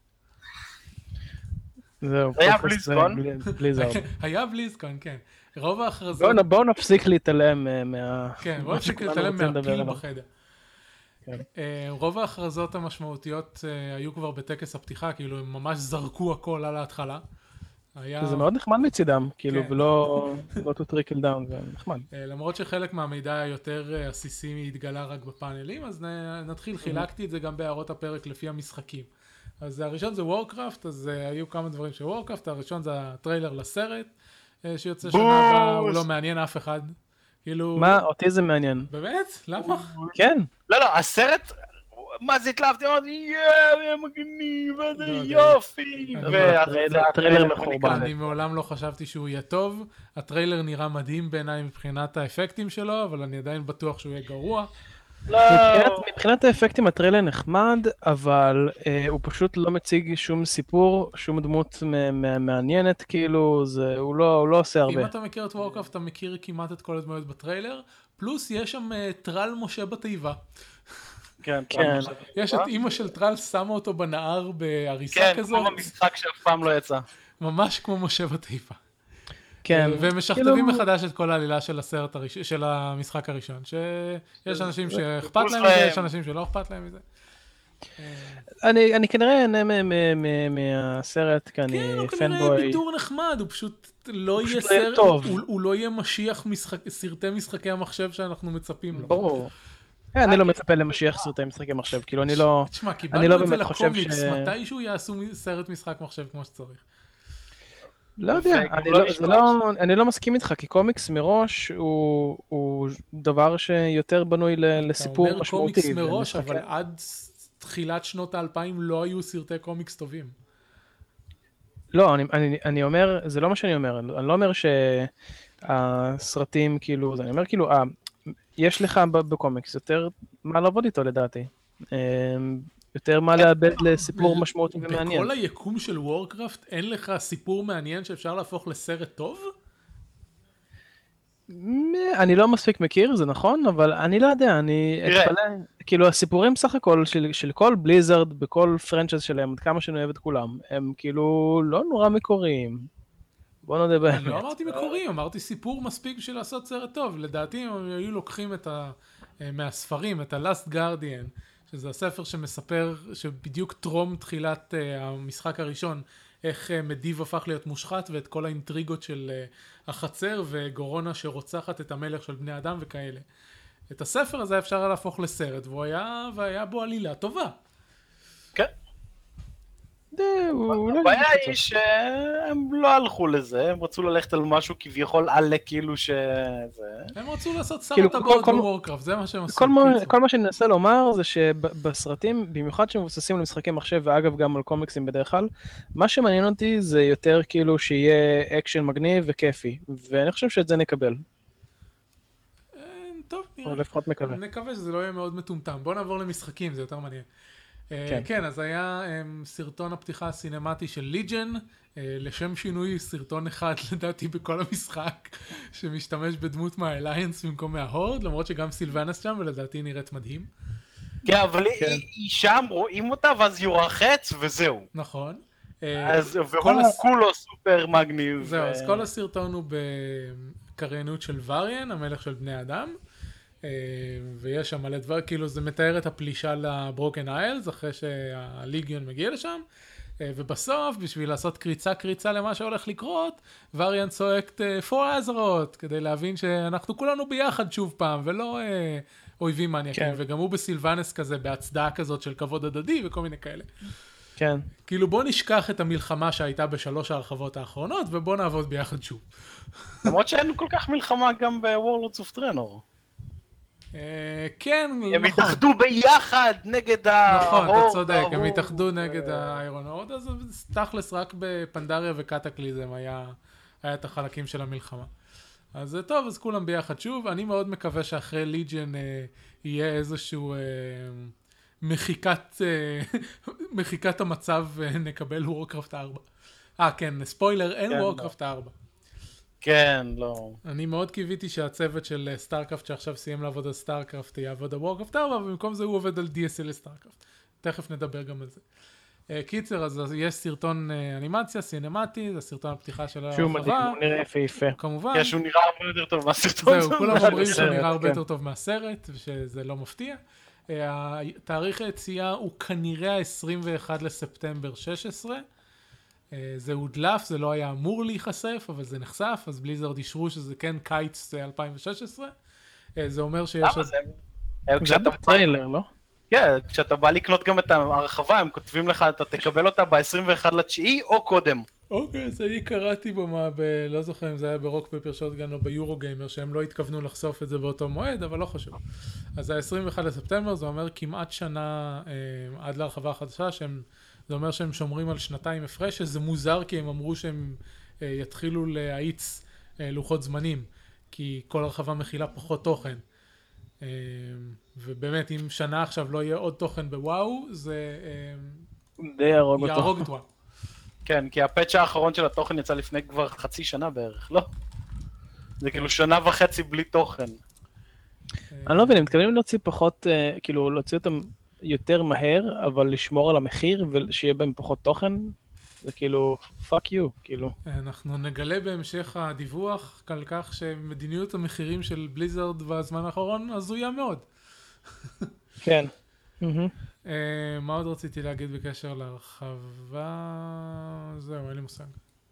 זהו. היה בליזקון? היה בליזקון, כן. רוב ההכרזות... בואו נפסיק להתעלם כן, בואו נפסיק להתעלם מהפיל בחדר. רוב ההכרזות המשמעותיות היו כבר בטקס הפתיחה, כאילו הם ממש זרקו הכל על ההתחלה. זה מאוד נחמד מצידם, כאילו, ולא to trickle down, זה נחמד. למרות שחלק מהמידע היותר עסיסי התגלה רק בפאנלים, אז נתחיל, חילקתי את זה גם בהערות הפרק לפי המשחקים. אז הראשון זה וורקראפט, אז היו כמה דברים של וורקראפט, הראשון זה הטריילר לסרט, שיוצא שנה הבאה, הוא לא מעניין אף אחד. מה? אותי זה מעניין. באמת? למה? כן. לא, הסרט... מה זה התלהבתי? אמרתי, יאה, מגניב, איזה יופי. הטריילר מחורבן. אני מעולם לא חשבתי שהוא יהיה טוב. הטריילר נראה מדהים בעיניי מבחינת האפקטים שלו, אבל אני עדיין בטוח שהוא יהיה גרוע. מבחינת האפקטים הטריילר נחמד, אבל הוא פשוט לא מציג שום סיפור, שום דמות מעניינת, כאילו, הוא לא עושה הרבה. אם אתה מכיר את וורקראפט, אתה מכיר כמעט את כל הדמויות בטריילר, פלוס יש שם טרל משה בתיבה. כן. יש את אמא של טרל, שמה אותו בנהר בהריסה כזו. כן, כמו במשחק שאף פעם לא יצא. ממש כמו משה בתיבה. כן. והם משכתבים מחדש את כל העלילה של המשחק הראשון, שיש אנשים שאכפת להם מזה, יש אנשים שלא אכפת להם מזה. אני כנראה אהנה מהסרט, כי אני פנבוי. כן, הוא כנראה בידור נחמד, הוא פשוט לא יהיה סרט, הוא לא יהיה משיח סרטי משחקי המחשב שאנחנו מצפים לו. ברור. אני לא מצפה למשיח סרטי משחקי מחשב, כאילו אני לא... תשמע, קיבלנו את זה לקומיקס, מתישהו יעשו סרט משחק מחשב כמו שצריך. לא יודע, אני לא מסכים איתך, כי קומיקס מראש הוא דבר שיותר בנוי לסיפור משמעותי. אתה אומר קומיקס מראש, אבל עד תחילת שנות ה-2000 לא היו סרטי קומיקס טובים. לא, אני אומר, זה לא מה שאני אומר, אני לא אומר שהסרטים כאילו, אני אומר כאילו, יש לך בקומיקס יותר מה לעבוד איתו לדעתי. יותר מה לאבד לסיפור משמעותי ומעניין. בכל היקום של וורקראפט אין לך סיפור מעניין שאפשר להפוך לסרט טוב? אני לא מספיק מכיר, זה נכון, אבל אני לא יודע, אני תראה. אתפלא, כאילו הסיפורים סך הכל של כל בליזרד בכל פרנצ'ייז שלהם, עד כמה שאני אוהב את כולם, הם כאילו לא נורא מקוריים. בוא נודה באמת. אני לא אמרתי מקורי, אמרתי סיפור מספיק בשביל לעשות סרט טוב. לדעתי הם היו לוקחים מהספרים, את ה-Last Guardian, שזה הספר שמספר שבדיוק טרום תחילת המשחק הראשון, איך מדיב הפך להיות מושחת, ואת כל האינטריגות של החצר, וגורונה שרוצחת את המלך של בני אדם וכאלה. את הספר הזה אפשר להפוך לסרט, והיה בו עלילה טובה. כן. הבעיה היא שהם לא הלכו לזה, הם רצו ללכת על משהו כביכול עלה כאילו הם רצו לעשות סרט הבאות בוורקראפט, זה מה שהם עשו. כל מה שאני מנסה לומר זה שבסרטים, במיוחד שמבוססים על משחקי מחשב, ואגב גם על קומיקסים בדרך כלל, מה שמעניין אותי זה יותר כאילו שיהיה אקשן מגניב וכיפי, ואני חושב שאת זה נקבל. טוב, או לפחות מקווה. נקווה שזה לא יהיה מאוד מטומטם. בואו נעבור למשחקים, זה יותר מעניין. כן, אז היה סרטון הפתיחה הסינמטי של ליג'ן, לשם שינוי סרטון אחד לדעתי בכל המשחק, שמשתמש בדמות מהאליינס במקום מההורד, למרות שגם סילבנס שם, ולדעתי נראית מדהים. כן, אבל היא שם, רואים אותה, ואז היא יורחץ, וזהו. נכון. והוא כולו סופר מגניב. זהו, אז כל הסרטון הוא בקריינות של וריאן, המלך של בני אדם. ויש שם מלא דבר, כאילו זה מתאר את הפלישה לברוקן איילס, אחרי שהליגיון מגיע לשם, ובסוף, בשביל לעשות קריצה למה שהולך לקרות, וריאן צועק פור אזרות, כדי להבין שאנחנו כולנו ביחד שוב פעם, ולא אויבים מניאקים, כן. וגם הוא בסילבנס כזה, בהצדעה כזאת של כבוד הדדי, וכל מיני כאלה. כן. כאילו בוא נשכח את המלחמה שהייתה בשלוש ההרחבות האחרונות, ובוא נעבוד ביחד שוב. למרות שאין כל כך מלחמה גם ב-Warlords of Draenor. כן, הם התאחדו ביחד נגד ההורד. נכון, אתה צודק, הם התאחדו נגד האיירון הורד, אז תכלס רק בפנדריה וקטקליזם היה את החלקים של המלחמה. אז טוב, אז כולם ביחד שוב. אני מאוד מקווה שאחרי ליג'ן יהיה איזשהו מחיקת המצב ונקבל וורקראפט 4. כן, ספוילר, אין וורקראפט 4. כן, לא. אני מאוד קיוויתי שהצוות של סטארקראפט שעכשיו סיים לעבוד על סטארקראפט יעבוד על וורקראפט 4, ובמקום זה הוא עובד על DSL לסטארקראפט. תכף נדבר גם על זה. קיצר, אז יש סרטון אנימציה, סינמטי, זה סרטון הפתיחה של הרחבה. שהוא מדהים, הוא נראה יפה. כמובן. כן, שהוא נראה הרבה יותר טוב מהסרטון. זהו, כולם אומרים שהוא נראה הרבה יותר טוב מהסרט, ושזה לא מפתיע. תאריך היציאה הוא כנראה 21 לספטמבר 16. זה הודלף, זה לא היה אמור להיחשף, אבל זה נחשף, אז בליזרד אישרו שזה כן קיץ 2016. זה אומר שיש... למה זה? זה בטריילר, לא? כן, כשאתה בא לקנות גם את ההרחבה, הם כותבים לך, אתה תקבל אותה ב-21 לתשיעי או קודם. אוקיי, אז אני קראתי לא זוכר אם זה היה ברוק פפר שוטגן או ביורו גיימר, שהם לא התכוונו לחשוף את זה באותו מועד, אבל לא חשוב. אז ה-21 לספטמבר, זה אומר כמעט שנה עד להרחבה החדשה, זה אומר שהם שומרים על שנתיים הפרש, שזה מוזר כי הם אמרו שהם יתחילו להאיץ לוחות זמנים, כי כל הרחבה מכילה פחות תוכן. ובאמת, אם שנה עכשיו לא יהיה עוד תוכן בוואו, זה די יהרוג את וואו. כן, כי הפאץ' האחרון של התוכן יצא לפני כבר חצי שנה בערך, לא? זה כאילו שנה וחצי בלי תוכן. אני לא מבין, הם מתכוונים להוציא פחות, כאילו להוציא אותם יותר מהר, אבל לשמור על המחיר ושיהיה בהם פחות תוכן, זה כאילו, fuck you, כאילו. אנחנו נגלה בהמשך הדיווח על כך שמדיניות המחירים של בליזרד בזמן האחרון הזויה מאוד. כן. מה עוד רציתי להגיד בקשר להרחבה? זהו, אין לי מושג.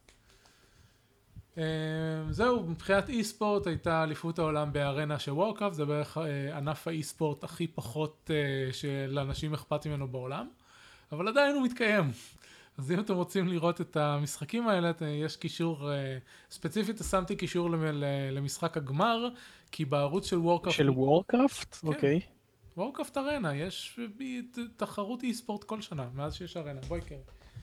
זהו, מבחינת אי-ספורט הייתה אליפות העולם בארנה של וורקראפט, זה בערך ענף האי-ספורט הכי פחות שלאנשים אכפת ממנו בעולם, אבל עדיין הוא מתקיים. אז אם אתם רוצים לראות את המשחקים האלה, יש קישור, ספציפית שמתי קישור למשחק הגמר, כי בערוץ של וורקראפט... של וורקראפט? אוקיי. וורקראפט ארנה, יש תחרות אי-ספורט כל שנה, מאז שיש ארנה, בואי קרא.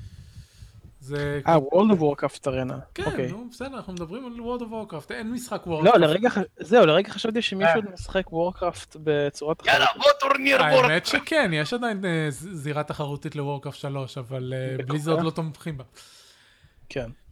World of Warcraft ארנה. כן, נו, בסדר, אנחנו מדברים על World of Warcraft, אין משחק וורקראפט. לא, לרגע חשבתי שמישהו משחק וורקראפט בצורת אחרת. יאללה, בוא טורניר וורקראפט. האמת שכן, יש עדיין זירה תחרותית לוורקראפט 3, אבל בליזרד לא תומכים בה. כן.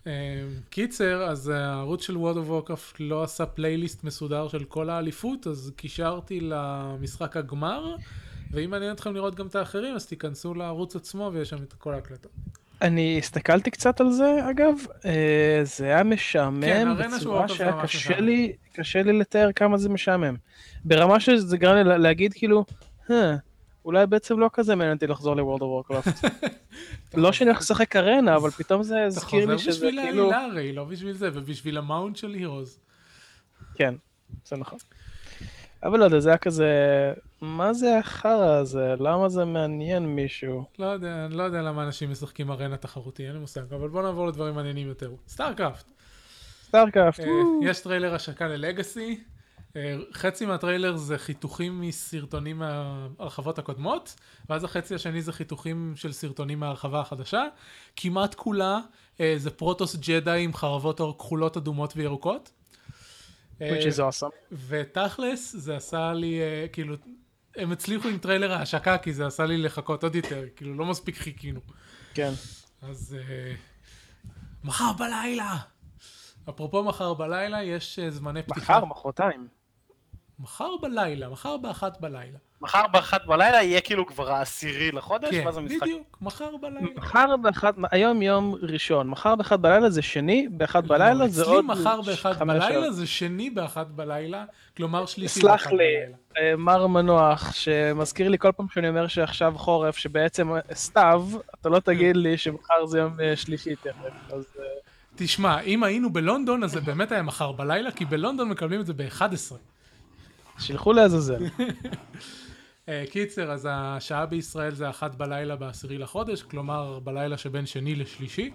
קיצר, אז הערוץ של World of Warcraft לא עשה פלייליסט מסודר של כל האליפות, אז קישרתי למשחק הגמר, ואם מעניין אתכם לראות גם את האחרים, אז תיכנסו לערוץ עצמו ויש שם את כל ההקלטות. אני הסתכלתי קצת על זה, אגב, זה היה משעמם בצורה שהיה קשה לי לתאר כמה זה משעמם. ברמה שזה גרם לי להגיד כאילו, אולי בעצם לא כזה מעניין אותי לחזור ל-World of Warcraft. לא שאני הולך לשחק ארנה, אבל פתאום זה הזכיר לי שזה כאילו... אתה חוזר בשביל העלילה הרי, לא בשביל זה, ובשביל המאונט של הירוז. כן, זה נכון. אבל לא יודע, זה היה כזה... מה זה החרא הזה? למה זה מעניין מישהו? לא יודע למה אנשים משחקים ארנה תחרותי, אין לי מושג, אבל בוא נעבור לדברים מעניינים יותר. סטארקראפט. יש טריילר השקה ללגאסי. חצי מהטריילר זה חיתוכים מסרטונים מהרחבות הקודמות, ואז החצי השני זה חיתוכים של סרטונים מהרחבה החדשה. כמעט כולה זה פרוטוס ג'די עם חרבות אור כחולות, אדומות וירוקות. Which is awesome. ותכלס זה עשה לי, כאילו, הם הצליחו עם טריילר ההשקה, כי זה עשה לי לחכות עוד יותר, כאילו לא מספיק חיכינו. כן. אז מחר בלילה. אפרופו מחר בלילה, יש זמני פתיחה. מחרתיים. מחר בלילה, מחר באחת בלילה. מחר באחת בלילה יהיה כאילו כבר העשירי לחודש, כן, ואז המשחק... בדיוק, מחר בלילה. מחר באחת, היום יום ראשון, מחר באחת בלילה זה שני, באחת בלילה זה עוד... אצלי מחר באחת בלילה זה שני באחת בלילה, כלומר שלישי באחת באחת בלילה. סלח לי, מר מנוח, שמזכיר לי כל פעם שאני אומר שעכשיו חורף, שבעצם סתיו, אתה לא תגיד לי שמחר זה יום שלישי תכף, אז... תשמע, אם היינו בלונדון, אז זה באמת היה מחר בלילה, כי בלונדון מקבלים את זה ב-11. שילכו לעזאזל. קיצר, אז השעה בישראל זה 1 בלילה ב10 לחודש, כלומר בלילה שבין שני לשלישי.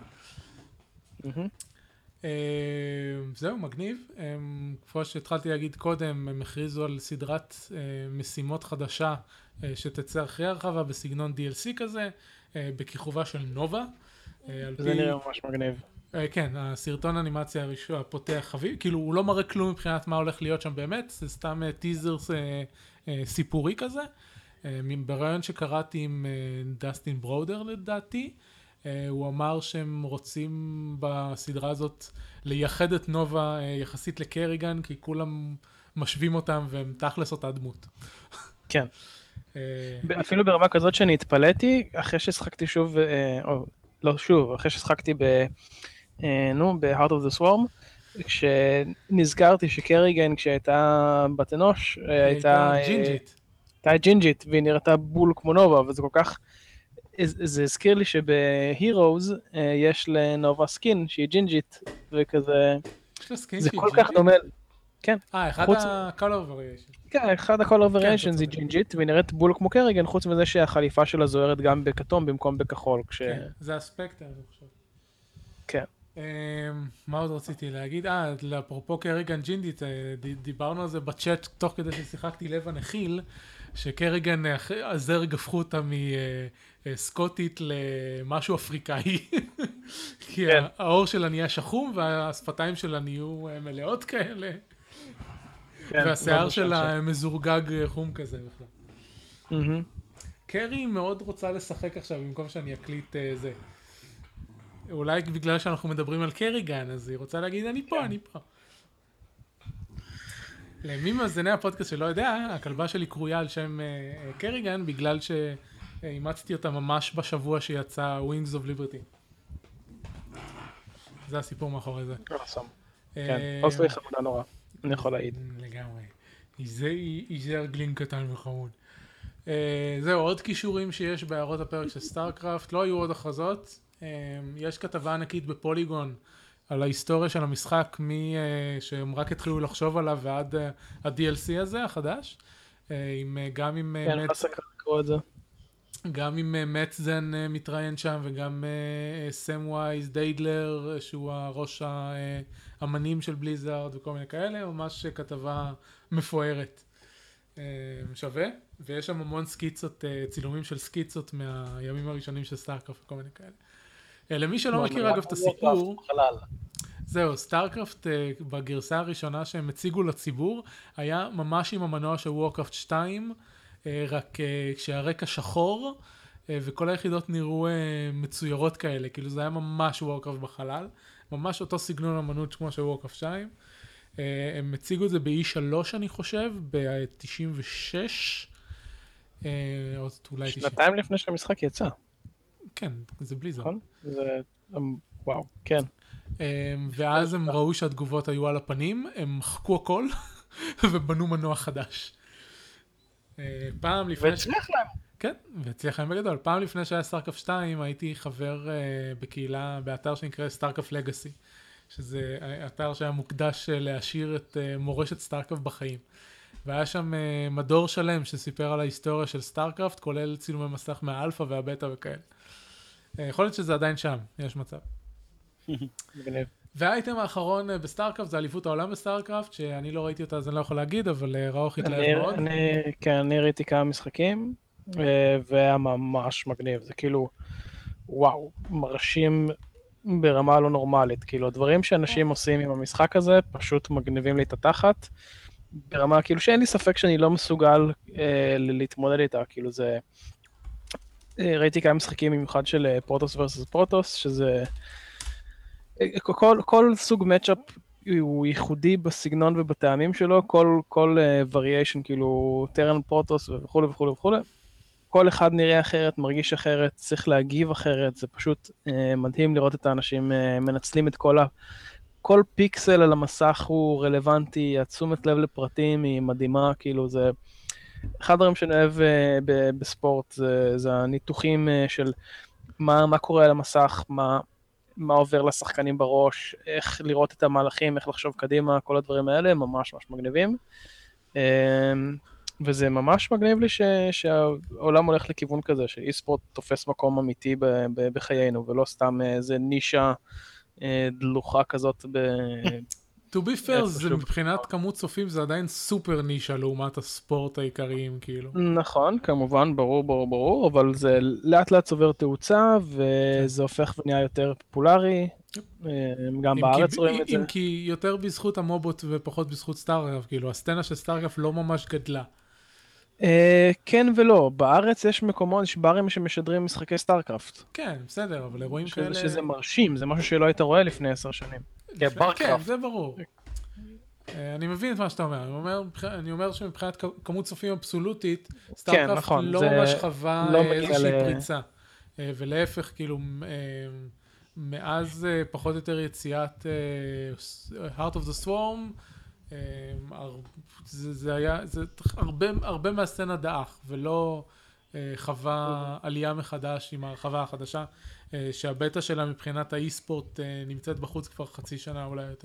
זהו, מגניב. כמו שהתחלתי להגיד קודם, הם הכריזו על סדרת משימות חדשה שתצא אחרי הרחבה בסגנון DLC כזה, בכיכובה של נובה. זה נראה ממש מגניב. כן, הסרטון אנימציה הפותח חביב, כאילו הוא לא מראה כלום מבחינת מה הולך להיות שם באמת, זה סתם טיזר סיפורי כזה. ברעיון שקראתי עם דסטין ברודר לדעתי, הוא אמר שהם רוצים בסדרה הזאת לייחד את נובה יחסית לקריגן, כי כולם משווים אותם והם תכלס אותה דמות. כן. אפילו ברמה כזאת שאני התפלאתי, אחרי ששחקתי שוב, או לא שוב, אחרי ששחקתי ב-Heart of the Swarm, כשנזכרתי שקריגן כשהייתה בת אנוש, הייתה ג'ינג'ית, והיא נראתה בול כמו נובה, וזה כל כך, זה הזכיר לי שב-Heroes יש לנובה סקין שהיא ג'ינג'ית, וכזה, זה כל כך דומה, כן. אחד ה-Color Variation. כן, אחד ה-Color Variation זה ג'ינג'ית, והיא נראית בול כמו קריגן, חוץ מזה שהחליפה שלה זוהרת גם בכתום במקום בכחול. כן, זה הספקטר, אני חושב. כן. מה עוד רציתי להגיד? אפרופו קריגן ג'ינג'ית, דיברנו על זה בצ'אט תוך כדי ששיחקתי לב הנחיל, שקריגן הזרג הפכו אותה מסקוטית למשהו אפריקאי, כי האור שלה נהיה שחום והשפתיים שלה נהיו מלאות כאלה. והשיער שלה מזורגג חום כזה בכלל. קרי מאוד רוצה לשחק עכשיו במקום שאני אקליט זה. אולי בגלל שאנחנו מדברים על קריגן, אז היא רוצה להגיד אני פה. למי מאזיני הפודקאסט שלא יודע, הכלבה שלי קרויה על שם קריגן, בגלל שאימצתי אותה ממש בשבוע שיצא Wings of Liberty. זה הסיפור מאחורי זה. כן, אוסטרי חמודה נורא. אני יכול להעיד. לגמרי. איזר גלין קטן וחמוד. זהו, עוד קישורים שיש בהערות הפרק של סטארקראפט. לא היו עוד הכרזות. יש כתבה ענקית בפוליגון על ההיסטוריה של המשחק, שהם רק התחילו לחשוב עליו ועד ה-DLC הזה, החדש. גם עם מצזן מתראיין שם, וגם סם וייז דיידלר, שהוא הראש האמנים של בליזארד וכל מיני כאלה, ממש כתבה מפוארת. שווה, ויש שם המון סקיצות, צילומים של סקיצות מהימים הראשונים של סטארקראפט וכל מיני כאלה. למי שלא מכיר אגב את הסיפור, זהו, סטארקראפט בגרסה הראשונה שהם הציגו לציבור, היה ממש עם המנוע של וורקראפט 2, רק כשהרקע שחור, וכל היחידות נראו מצוירות כאלה, כאילו זה היה ממש וורקראפט בחלל, ממש אותו סגנון אמנות כמו של וורקראפט 2. הם הציגו את זה ב-E3 אני חושב, ב-96. או אולי 90. שנתיים לפני שהמשחק יצא. כן, זה בליזרד. נכון? זה... וואו, כן. ואז הם ראו שהתגובות היו על הפנים, הם מחקו הכל ובנו מנוע חדש. פעם לפני... והצליח להם. כן, והצליח להם בגדול. פעם לפני שהיה סטארקראפט 2 הייתי חבר בקהילה, באתר שנקרא סטארקראפט לגאסי, שזה אתר שהיה מוקדש להשאיר את מורשת סטארקראפט בחיים. והיה שם מדור שלם שסיפר על ההיסטוריה של סטארקראפט, כולל צילומי מסך מהאלפא והבטא וכאלה. יכול להיות שזה עדיין שם, יש מצב. מגניב. והאייטם האחרון בסטארקראפט זה אליפות העולם בסטארקראפט, שאני לא ראיתי אותה אז אני לא יכול להגיד, אבל ראוך התלהב מאוד. כן, אני ראיתי כמה משחקים, והיה ממש מגניב, זה כאילו, וואו, מרשים ברמה לא נורמלית, כאילו הדברים שאנשים עושים עם המשחק הזה, פשוט מגניבים לי את התחת, ברמה כאילו שאין לי ספק שאני לא מסוגל להתמודד איתה, כאילו זה, ראיתי כמה משחקים במיוחד של פרוטוס ורסוס פרוטוס, שזה, כל סוג מאצ'אפ הוא ייחודי בסגנון ובטעמים שלו, כל וריאשן כאילו טרן פרוטוס וכו' וכו' וכו', כל אחד נראה אחרת, מרגיש אחרת, צריך להגיב אחרת, זה פשוט מדהים לראות את האנשים מנצלים את כל פיקסל על המסך הוא רלוונטי, התשומת לב לפרטים היא מדהימה, כאילו זה, אחד הדברים שאני אוהב בספורט, זה הניתוחים של מה קורה על המסך, מה עובר לשחקנים בראש, איך לראות את המהלכים, איך לחשוב קדימה, כל הדברים האלה הם ממש ממש מגניבים. וזה ממש מגניב לי שהעולם הולך לכיוון כזה, שאי-ספורט תופס מקום אמיתי בחיינו, ולא סתם איזה נישה דלוחה כזאת. To be fair, זה מבחינת כמות צופים, זה עדיין סופר נישה לעומת הספורט העיקריים, כאילו. נכון, כמובן, ברור, אבל זה לאט לאט צובר תאוצה, וזה הופך ונהיה יותר פופולרי, גם בארץ רואים את זה. אם כי יותר בזכות המובוט ופחות בזכות סטארקראפט, כאילו, הסצנה של סטארקראפט לא ממש גדלה. כן ולא, בארץ יש מקומות, יש ברים שמשדרים משחקי סטארקראפט. כן, בסדר, אבל אירועים כאלה... שזה מרשים, זה משהו שלא היית רואה לפני 10 שנים. כן, זה ברור. אני מבין את מה שאתה אומר. אני אומר שמבחינת כמות צופים אבסולוטית, סטארקראפט לא ממש חווה איזושהי פריצה. ולהפך, כאילו, מאז פחות או יותר יציאת Heart of the Swarm, זה היה, הרבה מהסצנה דאח, ולא חווה עלייה מחדש עם הרחבה החדשה, שהבטא שלה מבחינת האי-ספורט נמצאת בחוץ כבר חצי שנה אולי יותר.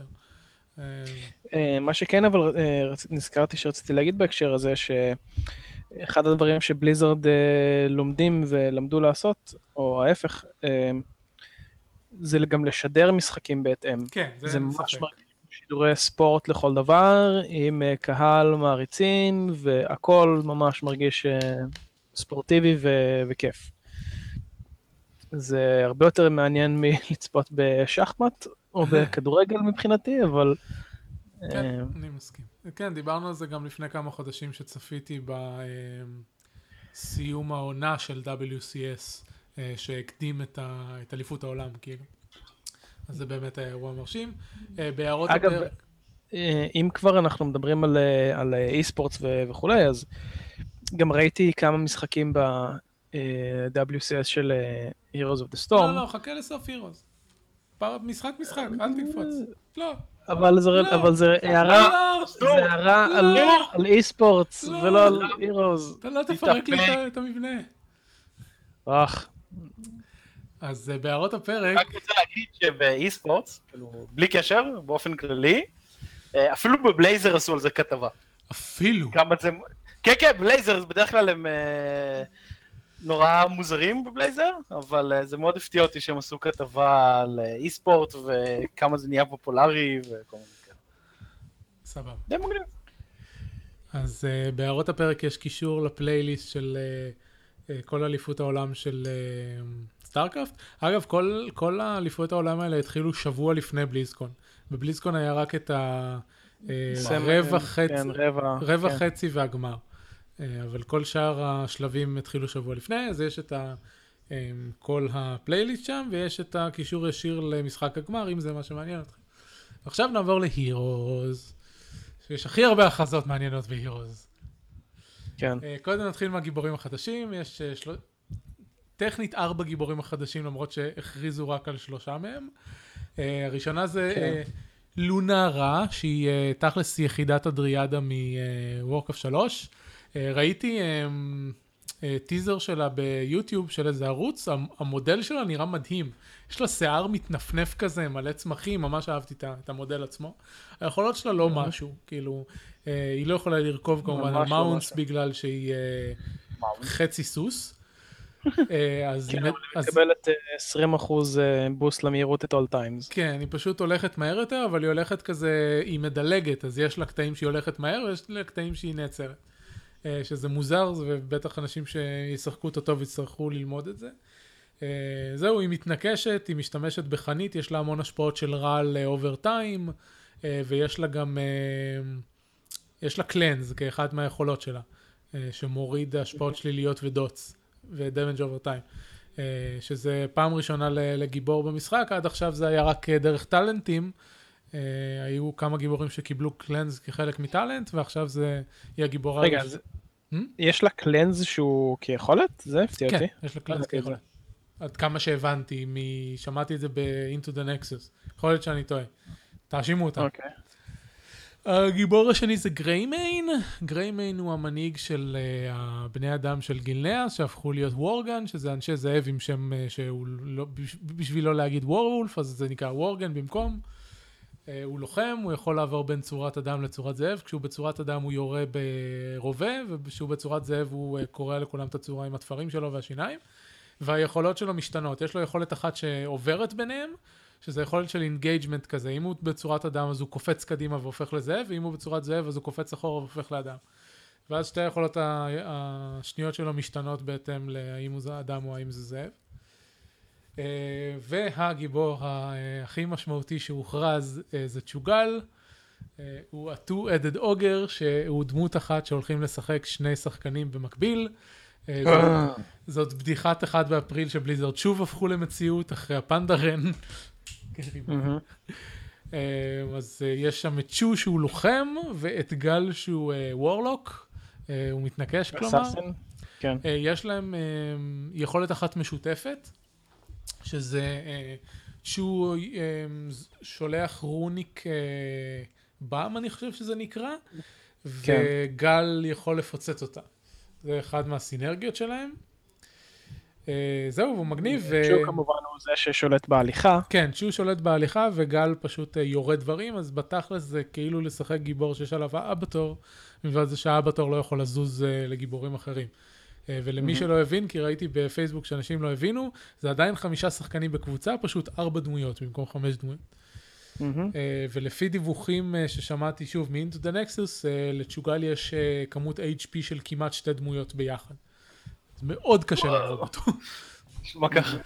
מה שכן, אבל נזכרתי שרציתי להגיד בהקשר הזה, שאחד הדברים שבליזרד לומדים ולמדו לעשות, או ההפך, זה גם לשדר משחקים בהתאם. כן, זה ממש שידורי ספורט לכל דבר, עם קהל מעריצים, והכל ממש מרגיש ספורטיבי וכיף. זה הרבה יותר מעניין מלצפות בשחמט, או בכדורגל מבחינתי, אבל... כן, אני מסכים. כן, דיברנו על זה גם לפני כמה חודשים שצפיתי בסיום העונה של WCS, שהקדים את אליפות העולם, כאילו. אז זה באמת היה אירוע מרשים. בהערות אגב, אם כבר אנחנו מדברים על אי-ספורטס וכולי, אז גם ראיתי כמה משחקים ב-WCS של Heroes of the Storm. לא, חכה לסוף Heroes. משחק, אל תקפוץ. לא. אבל זה הערה על אי-ספורטס ולא על Heroes. אתה לא תפרק לי את המבנה. אז בהערות הפרק... רק רוצה להגיד שבאי-ספורטס, בלי קשר, באופן כללי, אפילו בבלייזר עשו על זה כתבה. אפילו? כן, בלייזר, בדרך כלל הם נורא מוזרים בבלייזר, אבל זה מאוד הפתיע אותי שהם עשו כתבה על אי-ספורט, וכמה זה נהיה פופולרי, וכל מיני כאלה. סבבה. די מגניב. אז בהערות הפרק יש קישור לפלייליסט של כל אליפות העולם של סטארקראפט. אגב, כל אליפות העולם האלה התחילו שבוע לפני בליזקון. בבליזקון היה רק את רבע חצי והגמר. אבל כל שאר השלבים התחילו שבוע לפני, אז יש את כל הפלייליסט שם, ויש את הקישור ישיר למשחק הגמר, אם זה מה שמעניין אתכם. עכשיו נעבור להירוז, שיש הכי הרבה הכרזות מעניינות בהירוז. כן. קודם נתחיל מהגיבורים החדשים, יש טכנית 4 גיבורים החדשים, למרות שהכריזו רק על 3 מהם. הראשונה זה לונה רע, שהיא תכלס יחידת הדריאדה מוורקאפט 3. ראיתי טיזר שלה ביוטיוב של איזה ערוץ, המודל שלה נראה מדהים. יש לה שיער מתנפנף כזה, מלא צמחים, ממש אהבתי את המודל עצמו. היכולות שלה לא משהו, כאילו, היא לא יכולה לרכוב כמובן על מאונס בגלל שהיא חצי סוס. אז היא מקבלת 20% בוסט למהירות את all times. כן, היא פשוט הולכת מהר יותר, אבל היא הולכת כזה, היא מדלגת, אז יש לה קטעים שהיא הולכת מהר, ויש לה קטעים שהיא נעצרת. שזה מוזר, ובטח אנשים שישחקו אותו טוב יצטרכו ללמוד את זה. זהו, היא מתנקשת, היא משתמשת בחנית, יש לה המון השפעות של רעל אובר טיים, ויש לה גם, יש לה קלנז כאחד מהיכולות שלה, שמוריד השפעות שליליות ודוטס, ודמג' אובר טיים, שזה פעם ראשונה לגיבור במשחק, עד עכשיו זה היה רק דרך טלנטים, היו כמה גיבורים שקיבלו קלנז כחלק מטלנט, ועכשיו זה יהיה גיבור... רגע, יש לה קלנז שהוא כיכולת? זה הפתיע אותי. כן, יש לה קלנז כיכולת. עד כמה שהבנתי, שמעתי את זה ב-Into the Nexus. יכול להיות שאני טועה. תאשימו אותם. אוקיי. הגיבור השני זה גריימיין. גריימיין הוא המנהיג של בני אדם של גילנאה, שהפכו להיות וורגן, שזה אנשי זאב עם שם שהוא לא, בשביל לא להגיד וורולף, אז זה נקרא וורגן במקום. הוא לוחם, הוא יכול לעבור בין צורת אדם לצורת זאב, כשהוא בצורת אדם הוא יורה ברובה, וכשהוא בצורת זאב הוא קורא לכולם את הצורה עם התפרים שלו והשיניים, והיכולות שלו משתנות. יש לו יכולת אחת שעוברת ביניהם, שזה יכולת של אינגייג'מנט כזה. אם הוא בצורת אדם אז הוא קופץ קדימה והופך לזאב, ואם הוא בצורת זאב אז הוא קופץ אחורה והופך לאדם. ואז שתי היכולות השניות שלו משתנות בהתאם להאם זה אדם או האם זה זאב. והגיבור הכי משמעותי שהוכרז זה צ'וגל. הוא ה-2-Headed Ogre, שהוא דמות אחת שהולכים לשחק שני שחקנים במקביל. זאת בדיחת 1 באפריל שבליזרד שוב הפכו למציאות אחרי הפנדרן. אז יש שם את צ'ו שהוא לוחם, ואת גל שהוא וורלוק. הוא מתנקש כלומר. כן. יש להם יכולת אחת משותפת, שזה שהוא שולח רוניק בם, אני חושב שזה נקרא, וגל יכול לפוצץ אותה. זה אחד מהסינרגיות שלהם. זהו, הוא מגניב. צ'ו כמובן הוא זה ששולט בהליכה. כן, צ'ו שולט בהליכה, וגל פשוט יורד דברים, אז בתכלס זה כאילו לשחק גיבור שיש עליו האבטור, מלבד זה שהאבטור לא יכול לזוז לגיבורים אחרים. ולמי שלא הבין, כי ראיתי בפייסבוק שאנשים לא הבינו, זה עדיין 5 שחקנים בקבוצה, פשוט 4 דמויות במקום 5 דמויות. ולפי דיווחים ששמעתי שוב מ-Into the Nexus, לצ'וגל יש כמות HP של כמעט 2 דמויות ביחד. זה מאוד קשה להרוג אותו. מה ככה?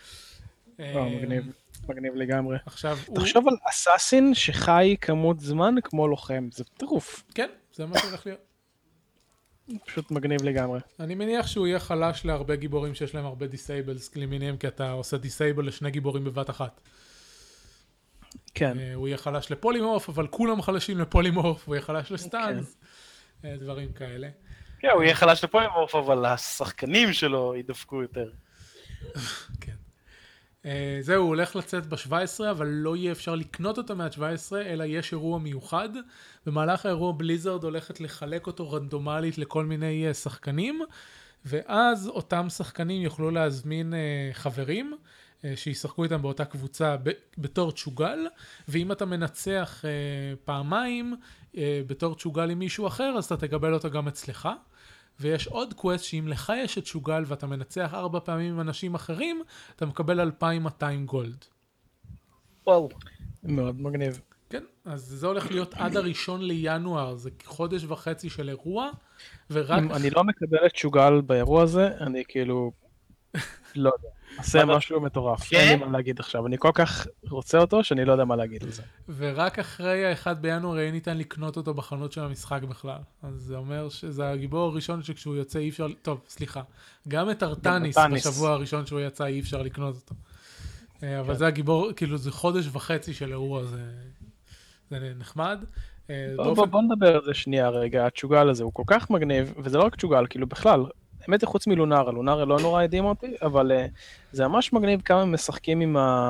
מגניב לגמרי. עכשיו תחשוב על אסאסין שחי כמות זמן כמו לוחם, זה טירוף. כן, זה מה שהולך להיות. פשוט מגניב לגמרי. אני מניח שהוא יהיה חלש להרבה גיבורים שיש להם הרבה דיסייבלס למיניהם, כי אתה עושה דיסייבל לשני גיבורים בבת אחת. כן. הוא יהיה חלש לפולימורף, אבל כולם חלשים לפולימורף, הוא יהיה חלש לסטאנס, דברים כאלה. כן, הוא יהיה חלש לפולימורף, אבל השחקנים שלו ידפקו יותר. כן. זהו, הוא הולך לצאת ב-17, אבל לא יהיה אפשר לקנות אותו מה-17, אלא יש אירוע מיוחד. במהלך האירוע בליזרד הולכת לחלק אותו רנדומלית לכל מיני שחקנים, ואז אותם שחקנים יוכלו להזמין חברים, שישחקו איתם באותה קבוצה בתור צ'וגל, ואם אתה מנצח פעמיים בתור צ'וגל עם מישהו אחר, אז אתה תקבל אותו גם אצלך. ויש עוד קווסט שאם לך יש את שוגל ואתה מנצח 4 פעמים עם אנשים אחרים, אתה מקבל 2,200 גולד. וואו. מאוד מגניב. כן, אז זה הולך להיות עד 1 לינואר, זה חודש וחצי של אירוע, ורק... אני לא מקבל את שוגל באירוע הזה, אני כאילו... לא יודע. עושה משהו מטורף, כן? אין לי מה להגיד עכשיו, אני כל כך רוצה אותו שאני לא יודע מה להגיד על זה. ורק אחרי ה-1 בינואר יהיה ניתן לקנות אותו בחנות של המשחק בכלל. אז זה אומר שזה הגיבור הראשון שכשהוא יוצא אי אפשר... טוב, סליחה. גם את ארטניס בשבוע הראשון שהוא יצא אי אפשר לקנות אותו. אבל זה הגיבור, כאילו זה חודש וחצי של אירוע, זה נחמד. בוא נדבר על זה שנייה רגע, הצ'וגל הזה הוא כל כך מגניב, וזה לא רק צ'וגל, כאילו בכלל, האמת היא חוץ מלונארה, לונארה לא נורא הדהים אותי, אבל זה ממש מגניב כמה הם משחקים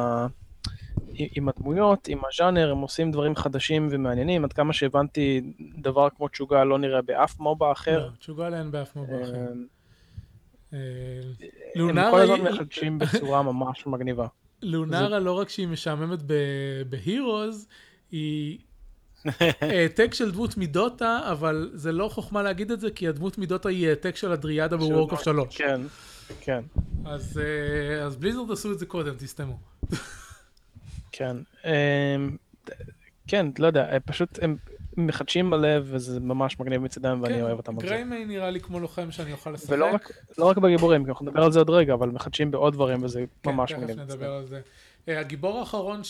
עם הדמויות, עם הז'אנר, הם עושים דברים חדשים ומעניינים, עד כמה שהבנתי דבר כמו צ'וגל לא נראה באף מובה אחר. לא, צ'וגל אין באף מובה אחר. הם כל הזמן מחדשים בצורה ממש מגניבה. לונארה לא רק שהיא משעממת בהירוז, היא העתק של דמות מדוטה, אבל זה לא חוכמה להגיד את זה, כי הדמות מדוטה היא העתק של הדריאדה בוורקראפט 3. כן, כן. אז בליזרד עשו את זה קודם, תסתמו. כן. כן, לא יודע, פשוט הם מחדשים בלב, וזה ממש מגניב מצדם, ואני אוהב אותם על זה. גריימיי נראה לי כמו לוחם שאני אוכל לשחק. ולא רק בגיבורים, כי אנחנו נדבר על זה עוד רגע, אבל מחדשים בעוד דברים, וזה ממש מגניב. כן, תכף נדבר על זה. הגיבור האחרון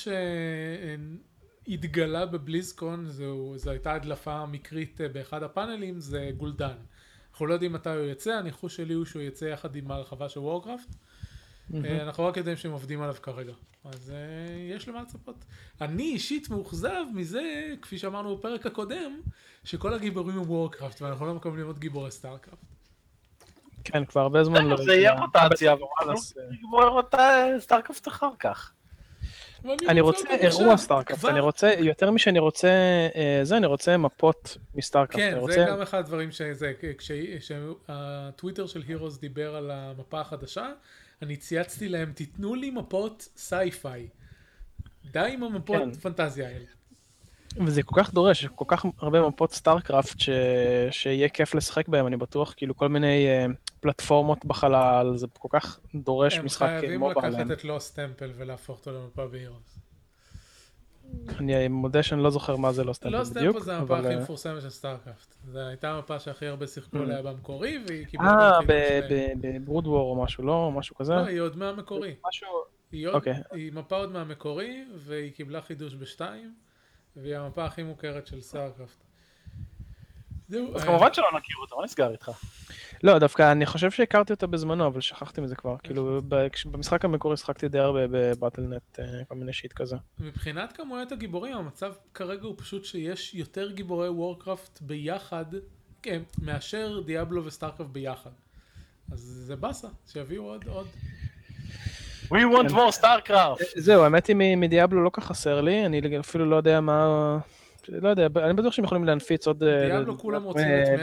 שהתגלה בבליזקון, זו הייתה הדלפה מקרית באחד הפאנלים, זה גולדן. אנחנו לא יודעים מתי הוא יצא, הניחוש שלי הוא שהוא יצא יחד עם ההרחבה של וורקראפט. אנחנו רק יודעים שהם עובדים עליו כרגע. אז יש למה לצפות. אני אישית מאוכזב מזה, כפי שאמרנו בפרק הקודם, שכל הגיבורים הם וורקראפט, ואנחנו לא מקבלים עוד גיבורי סטארקראפט. כן, כבר הרבה זמן לא... זה יהיה רוטציה, אבל גיבורי סטארקראפט אחר כך. אני רוצה אירוע סטארקראפט, אני רוצה, יותר משאני רוצה, אני רוצה מפות מסטארקראפט. כן, זה גם אחד הדברים כשהטוויטר של הירוז דיבר על המפה החדשה, אני צייצתי להם, תיתנו לי מפות סייפיי. די עם המפות פנטזיה האלה. וזה כל כך דורש, כל כך הרבה מפות סטארקראפט שיהיה כיף לשחק בהם, אני בטוח, כאילו כל מיני פלטפורמות בחלל, זה כל כך דורש משחק מובה עליהם. הם חייבים לקחת את לוסט טמפל ולהפוך אותו למפה בהירוז. אני מודה שאני לא זוכר מה זה לוסט טמפל בדיוק. לוסט טמפל זה המפה הכי מפורסמת של סטארקראפט. זו הייתה המפה שהכי הרבה שיחקו עליה במקורי, והיא קיבלה... בברוד וור או משהו, לא? משהו כזה? לא, היא עוד מהמקורי. משהו... היא מפה עוד מהמקורי, והיא קיבלה חידוש בשתיים, והיא המפה הכי מוכרת של סטארקראפט. אז כמובן שלא נכיר אותה, מה נסגר איתך? לא, דווקא אני חושב שהכרתי אותה בזמנו, אבל שכחתי מזה כבר. כאילו, במשחק המקורי שחקתי די הרבה בבטלנט, כל מיני שיט כזה. מבחינת כמויות הגיבורים, המצב כרגע הוא פשוט שיש יותר גיבורי וורקראפט ביחד, מאשר דיאבלו וסטארקראפט ביחד. אז זה בסה, שיביאו עוד. We want more StarCraft! זהו, האמת היא מדיאבלו לא כך חסר לי, אני אפילו לא יודע מה... לא יודע, אני בטוח שהם יכולים להנפיץ עוד... דיאבלו כולם רוצים את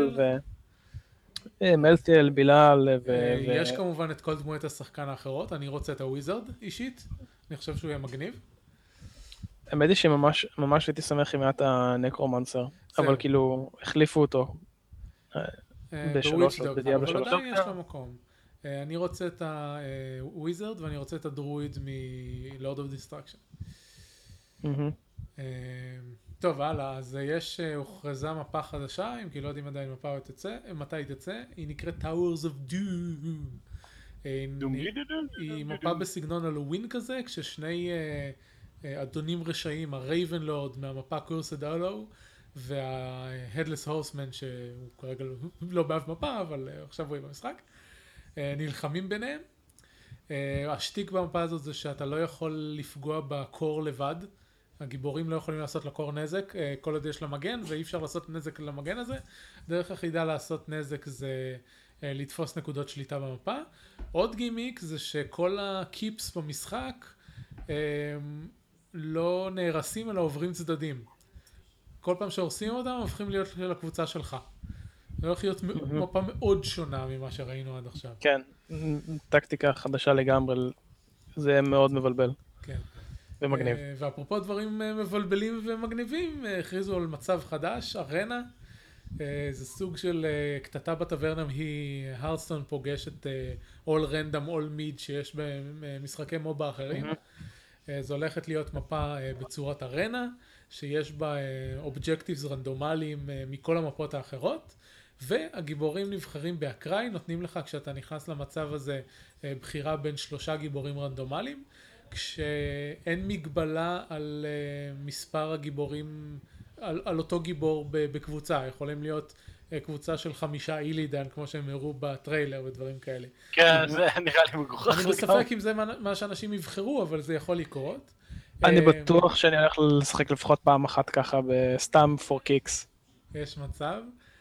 מלטיאל, בילאל יש כמובן את כל דמויות השחקן האחרות, אני רוצה את הוויזרד אישית, אני חושב שהוא יהיה מגניב. האמת היא שממש הייתי שמח עם מעט הנקרומנסר, אבל כאילו החליפו אותו בשלוש, בדיאבלו שלוש. אבל עדיין יש לו מקום. אני רוצה את הוויזרד ואני רוצה את הדרויד מלורד אוף דיסטרקשן. טוב, הלאה, אז יש הוכרזה מפה חדשה, אם כי לא יודעים עדיין מתי היא תצא, היא נקראת Towers of Doom. היא מפה בסגנון הלווין כזה, כששני אדונים רשעים, הרייבנלורד מהמפה Cursed Hollow, וה-Headless Horseman, שהוא כרגע לא באף מפה, אבל עכשיו רואים במשחק, נלחמים ביניהם. השטיק במפה הזאת זה שאתה לא יכול לפגוע בקור לבד, הגיבורים לא יכולים לעשות לקור נזק, כל עוד יש לה מגן, ואי אפשר לעשות נזק למגן הזה. דרך היחידה לעשות נזק זה לתפוס נקודות שליטה במפה. עוד גימיק זה שכל הקיפס במשחק לא נהרסים אלא עוברים צדדים. כל פעם שהורסים אותם הופכים להיות של הקבוצה שלך. זה הולך להיות מפה מאוד שונה ממה שראינו עד עכשיו. כן, טקטיקה חדשה לגמרי, זה מאוד מבלבל. כן. ומגניב. ואפרופו דברים מבלבלים ומגניבים, הכריזו על מצב חדש, ארנה. זה סוג של קטטה בטברנה, היא הרסטון פוגש את all random, all mid שיש במשחקי מובה אחרים. זו הולכת להיות מפה בצורת ארנה, שיש בה אובג'קטיבס רנדומליים מכל המפות האחרות, והגיבורים נבחרים באקראי, נותנים לך כשאתה נכנס למצב הזה בחירה בין 3 גיבורים רנדומליים, כשאין מגבלה על מספר הגיבורים, על אותו גיבור בקבוצה, יכולים להיות קבוצה של 5 אילידן, כמו שהם הראו בטריילר ודברים כאלה. כן, זה נראה לי מגוחך. אני בספק אם זה מה שאנשים יבחרו, אבל זה יכול לקרות. אני בטוח שאני הולך לשחק לפחות פעם אחת ככה בסתם for kicks. יש מצב.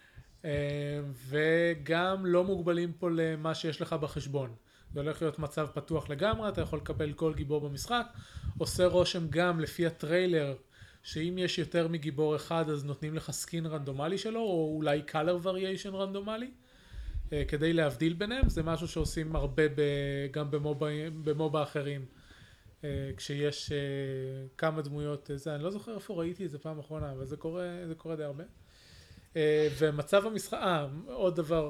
וגם לא מוגבלים פה למה שיש לך בחשבון. זה הולך להיות מצב פתוח לגמרי, אתה יכול לקבל כל גיבור במשחק. עושה רושם גם לפי הטריילר, שאם יש יותר מגיבור אחד אז נותנים לך סקין רנדומלי שלו, או אולי color variation רנדומלי, כדי להבדיל ביניהם. זה משהו שעושים הרבה גם במובה אחרים. כשיש כמה דמויות, אני לא זוכר איפה ראיתי את זה פעם אחרונה, אבל זה קורה די הרבה. ומצב המשחק, עוד דבר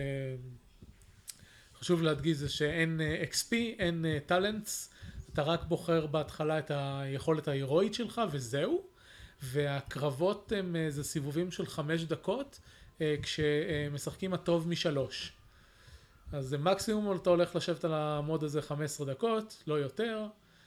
שחשוב להדגיש זה שאין XP, אין טלנטס, אתה רק בוחר בהתחלה את היכולת ההירואית שלך וזהו, והקרבות הם זה סיבובים של 5 דקות, כשמשחקים הטוב מ3. אז זה מקסימום אתה הולך לשבת על המוד הזה 15 דקות, לא יותר,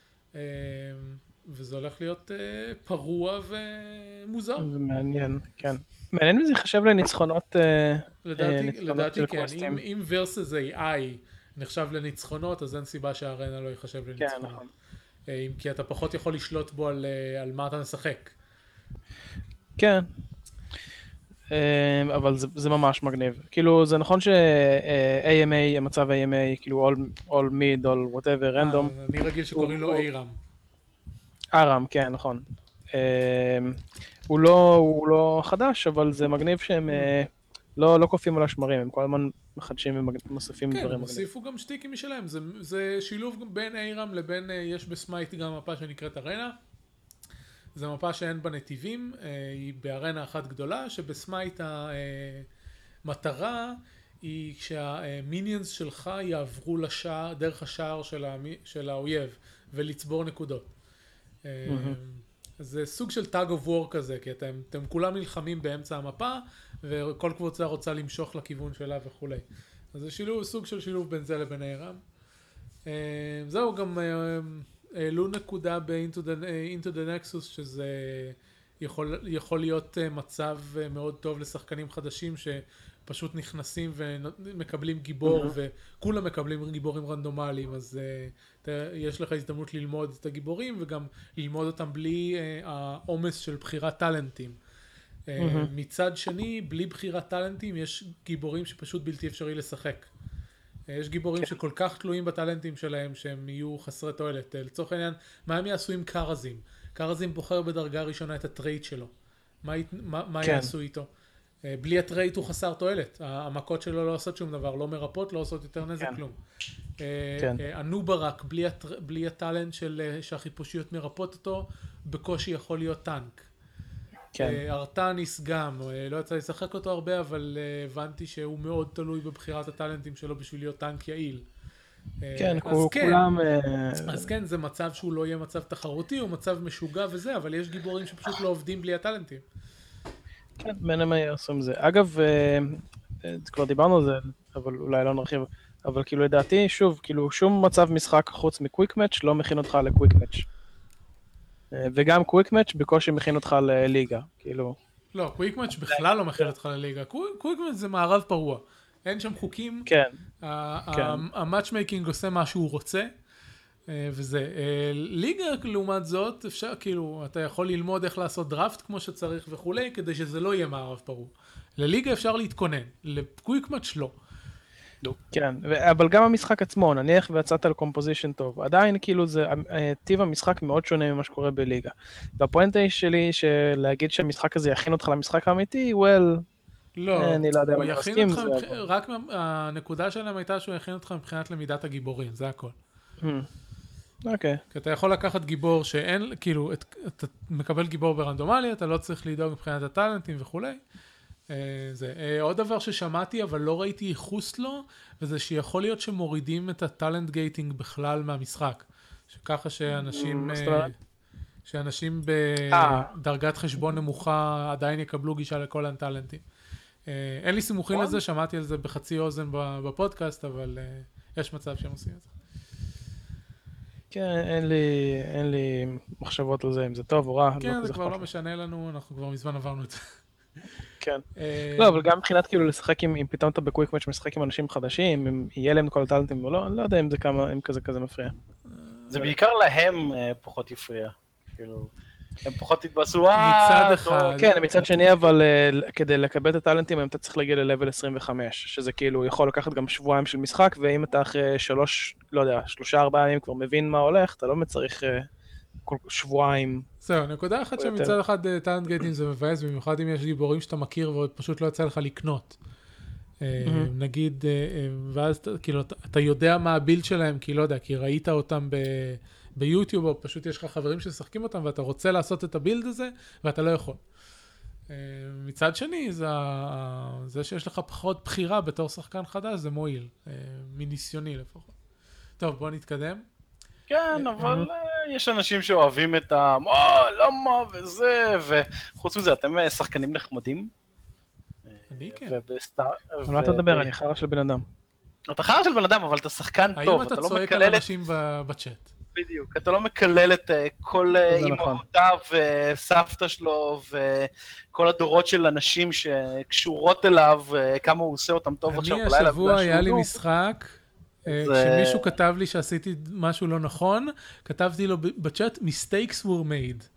וזה הולך להיות פרוע ומוזר. זה מעניין, כן. מעניין אם זה יחשב לניצחונות לדעתי כן, אם versus AI נחשב לניצחונות, אז אין סיבה שהארנה לא יחשב לניצחונות. כן, נכון. כי אתה פחות יכול לשלוט בו על מה אתה משחק. כן. אבל זה ממש מגניב. כאילו זה נכון ש-AMA, המצב AMA, כאילו all mid, all whatever, random. אני רגיל שקוראים לו ARAM. ARAM, כן, נכון. הוא לא חדש, אבל זה מגניב שהם לא קופים על השמרים, הם כל הזמן מחדשים ומוסיפים דברים מגניבים. כן, הוסיפו גם שטיקים משלהם, זה שילוב בין ARAM לבין, יש בסמייט גם מפה שנקראת ארנה. זו מפה שאין בה נתיבים, היא בארנה אחת גדולה, שבסמייט המטרה היא שהמיניאנס שלך יעברו דרך השער של האויב, ולצבור נקודות. זה סוג של tag of war כזה, כי אתם כולם נלחמים באמצע המפה, וכל קבוצה רוצה למשוך לכיוון שלה וכו'. אז זה סוג של שילוב בין זה לבין ARAM. זהו גם... העלו נקודה ב-Into the Nexus, שזה יכול להיות מצב מאוד טוב לשחקנים חדשים שפשוט נכנסים ומקבלים גיבור, וכולם מקבלים גיבורים רנדומליים, אז יש לך הזדמנות ללמוד את הגיבורים וגם ללמוד אותם בלי העומס של בחירת טלנטים. מצד שני, בלי בחירת טלנטים יש גיבורים שפשוט בלתי אפשרי לשחק. יש גיבורים שכל כך תלויים בטלנטים שלהם שהם יהיו חסרי תועלת. לצורך העניין, מה הם יעשו עם קארזים? קארזים בוחר בדרגה ראשונה את הטרייט שלו. מה יעשו איתו? בלי הטרייט הוא חסר תועלת. המכות שלו לא עושות שום דבר, לא מרפות, לא עושות יותר נזק, כלום. הנוברק, בלי הטלנט שהחיפושיות מרפות אותו, בקושי יכול להיות טנק. ארטניס גם, לא יצא לשחק אותו הרבה, אבל הבנתי שהוא מאוד תלוי בבחירת הטלנטים שלו בשביל להיות טנק יעיל. כן, כולם... אז כן, זה מצב שהוא לא יהיה מצב תחרותי, הוא מצב משוגע וזה, אבל יש גיבורים שפשוט לא עובדים בלי הטלנטים. כן, בין מה יעשו עם זה. אגב, כבר דיברנו על זה, אבל אולי לא נרחיב, אבל כאילו לדעתי, שוב, כאילו שום מצב משחק חוץ מקוויק מאץ' לא מכין אותך לקוויק מאץ'. וגם קוויק מאץ' בקושי מכין אותך לליגה, כאילו. לא, קוויק מאץ' בכלל לא מכין אותך לליגה. קוויק מאץ' זה מערב פרוע. אין שם חוקים. כן. המאץ'מייקינג עושה מה שהוא רוצה, וזה. ליגה, לעומת זאת, אפשר, כאילו, אתה יכול ללמוד איך לעשות דראפט כמו שצריך וכולי, כדי שזה לא יהיה מערב פרוע. לליגה אפשר להתכונן, לקוויק מאץ' לא. כן, אבל גם המשחק עצמו, נניח ויצאת על קומפוזישן טוב, עדיין כאילו זה, טיב המשחק מאוד שונה ממה שקורה בליגה. והפואנטה שלי שלהגיד שהמשחק הזה יכין אותך למשחק האמיתי, לא, אני לא יודע מה מסכים. רק הנקודה שלהם הייתה שהוא יכין אותך מבחינת למידת הגיבורים, זה הכל. אוקיי. כי אתה יכול לקחת גיבור שאין, כאילו, אתה מקבל גיבור ברנדומלי, אתה לא צריך לדאוג מבחינת הטלנטים וכולי. עוד דבר ששמעתי אבל לא ראיתי ייחוס לו, וזה שיכול להיות שמורידים את הטלנט גייטינג בכלל מהמשחק, שככה שאנשים בדרגת חשבון נמוכה עדיין יקבלו גישה לכל הטלנטים. אין לי סימוכים לזה, שמעתי על זה בחצי אוזן בפודקאסט, אבל יש מצב שהם עושים את זה. כן, אין לי מחשבות על זה, אם זה טוב או רע. כן, זה כבר לא משנה לנו, אנחנו כבר מזמן עברנו את זה. כן. לא, אבל גם מבחינת כאילו לשחק אם פתאום אתה בקוויק מאץ' משחק עם אנשים חדשים, אם יהיה להם כל הטלנטים או לא, אני לא יודע אם כזה מפריע. זה בעיקר להם פחות יפריע. כאילו, הם פחות יתבאסו, מצד אחד. כן, מצד שני, אבל כדי לקבל את הטלנטים, אתה צריך להגיע ל-level 25, שזה כאילו יכול לקחת גם שבועיים של משחק, ואם אתה אחרי 3-4 ימים כבר מבין מה הולך, אתה לא מצריך שבועיים. זהו, נקודה אחת שמצד אחד טאלנט גייטים זה מבאס, במיוחד אם יש גיבורים שאתה מכיר ועוד פשוט לא יצא לך לקנות. נגיד, ואז כאילו אתה יודע מה הבילד שלהם, כי לא יודע, כי ראית אותם ביוטיוב, או פשוט יש לך חברים ששחקים אותם, ואתה רוצה לעשות את הבילד הזה, ואתה לא יכול. מצד שני, זה שיש לך פחות בחירה בתור שחקן חדש, זה מועיל, מניסיוני לפחות. טוב, בוא נתקדם. כן, אבל יש אנשים שאוהבים את למה וזה, וחוץ מזה, אתם שחקנים נחמדים. אני כן. אבל מה אתה מדבר? אני חרא של בן אדם. אתה חרא של בן אדם, אבל אתה שחקן טוב. האם אתה צועק על אנשים בצ'אט? בדיוק, אתה לא מקלל את כל אמהותיו וסבתא שלו וכל הדורות של אנשים שקשורות אליו, כמה הוא עושה אותם טוב עכשיו בלילה. אני השבוע היה לי משחק, כשמישהו כתב לי שעשיתי משהו לא נכון, כתבתי לו בצ'אט, mistakes were made.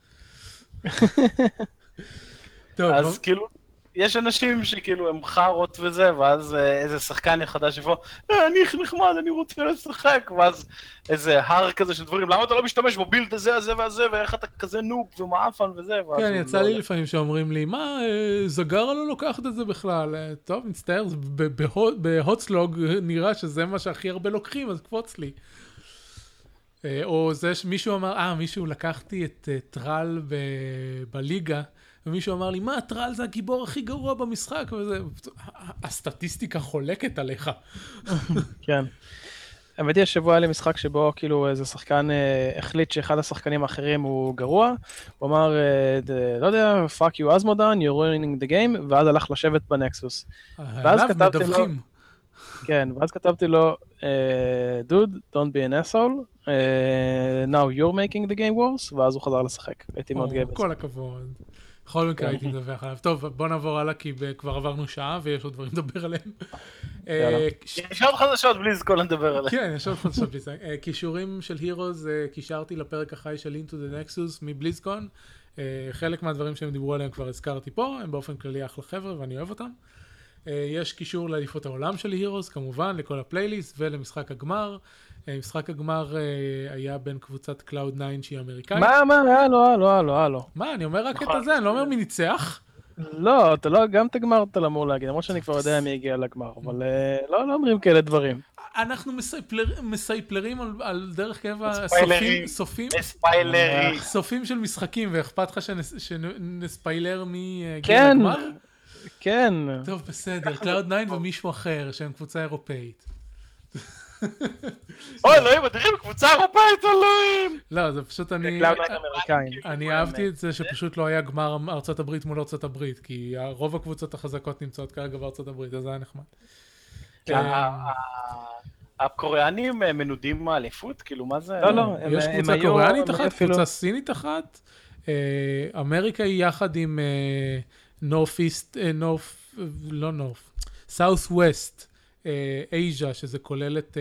אז כאילו, יש אנשים שכאילו הם חרות וזה, ואז איזה שחקן חדש יבוא, אני נחמד, אני רוצה לשחק, ואז איזה הר כזה של דברים, למה אתה לא משתמש בבילד הזה, הזה והזה, ואיך אתה כזה נוב ומאפן וזה, כן, יצא לי לפעמים שאומרים לי, מה, זגרה לא לוקחת את זה בכלל, טוב, מצטער, בהוטסלוג נראה שזה מה שהכי הרבה לוקחים, אז קפוץ לי. או זה שמישהו אמר, מישהו לקחתי את טרל בליגה, ומישהו אמר לי, מה, טרל זה הגיבור הכי גרוע במשחק, וזה, הסטטיסטיקה חולקת עליך. כן. האמת היא, השבוע היה לי משחק שבו כאילו איזה שחקן החליט שאחד השחקנים האחרים הוא גרוע, הוא אמר, לא יודע, fuck you Asmodan, you're ruining the game, ואז הלך לשבת בנקסוס. ואז כתבתי לו, כן, ואז כתבתי לו, dude, don't be an asshole, now you're making the game worse, ואז הוא חזר לשחק. הייתי מאוד גאה בזה. כל הכבוד. בכל מקרה הייתי מדווח עליו. טוב, בוא נעבור הלאה, כי כבר עברנו שעה, ויש עוד דברים לדבר עליהם. יש עוד חדשות בלי זכות לדבר עליהם. כן, יש עוד חדשות בלי זה. קישורים של הירוז, קישרתי לפרק החי של Into the Nexus מבליזקון. חלק מהדברים שהם דיברו עליהם כבר הזכרתי פה, הם באופן כללי אחלה חבר'ה, ואני אוהב אותם. יש קישור לאליפות העולם של הירוז, כמובן, לכל הפלייליסט ולמשחק הגמר. משחק הגמר היה בין קבוצת Cloud9 שהיא אמריקאית. מה? לא. מה, אני אומר רק את זה, אני לא אומר מי ניצח. לא, אתה לא, גם את הגמר אתה לא אמור להגיד, למרות שאני כבר יודע מי הגיע לגמר, אבל לא אומרים כאלה דברים. אנחנו מסייפלרים על דרך קבע סופים של משחקים, ואכפת לך שנספיילר מי הגיע לגמר? כן. טוב, בסדר, Cloud9 ומישהו אחר, שהם קבוצה אירופאית. אוי, אלוהים, אתם קבוצה אירופאית, אלוהים! לא, זה פשוט אני אהבתי את זה שפשוט לא היה גמר ארצות הברית מול ארצות הברית, כי רוב הקבוצות החזקות נמצאות כרגע בארצות הברית, אז זה היה נחמד. הקוריאנים מנודים מאליפות? כאילו, מה זה? לא, יש קבוצה קוריאנית אחת, קבוצה סינית אחת, אמריקה היא יחד עם South West אייז'ה, שזה כולל את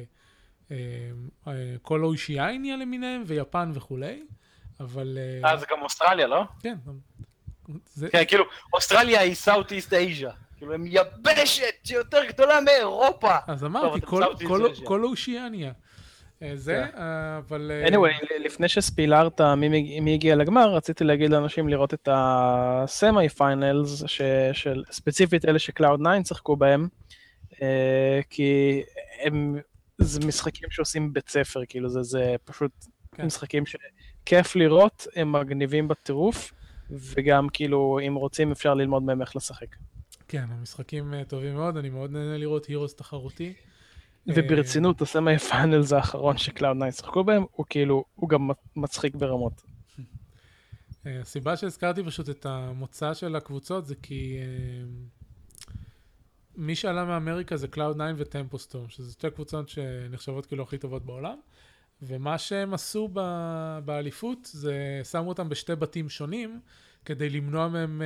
כל אושיאניה למיניהם, ויפן וכולי, אבל... זה גם אוסטרליה, לא? כן. כן, כאילו, אוסטרלליה היא South East Asia. כאילו, הם יבשת שיותר גדולה מאירופה. אז אמרתי, כל אושיאניה. זה, אבל... anyway, לפני שספילרת מי הגיע לגמר, רציתי להגיד לאנשים לראות את הסמי-פיינלס, ספציפית אלה שקלאוד 9 שחקו בהם, כי זה משחקים שעושים בית ספר, כאילו זה פשוט משחקים שכיף לראות, הם מגניבים בטירוף, וגם כאילו אם רוצים אפשר ללמוד מהם איך לשחק. כן, המשחקים טובים מאוד, אני מאוד נהנה לראות הירוס תחרותי. וברצינות, הסמי-פיינלס האחרון שקלאוד 9 שחקו בהם, הוא כאילו, הוא גם מצחיק ברמות. הסיבה שהזכרתי פשוט את המוצא של הקבוצות, זה כי מי שעלה מאמריקה זה Cloud9 וטמפוסטורם, שזה שתי קבוצות שנחשבות כאילו הכי טובות בעולם, ומה שהם עשו באליפות זה שמו אותם בשתי בתים שונים, כדי למנוע מהם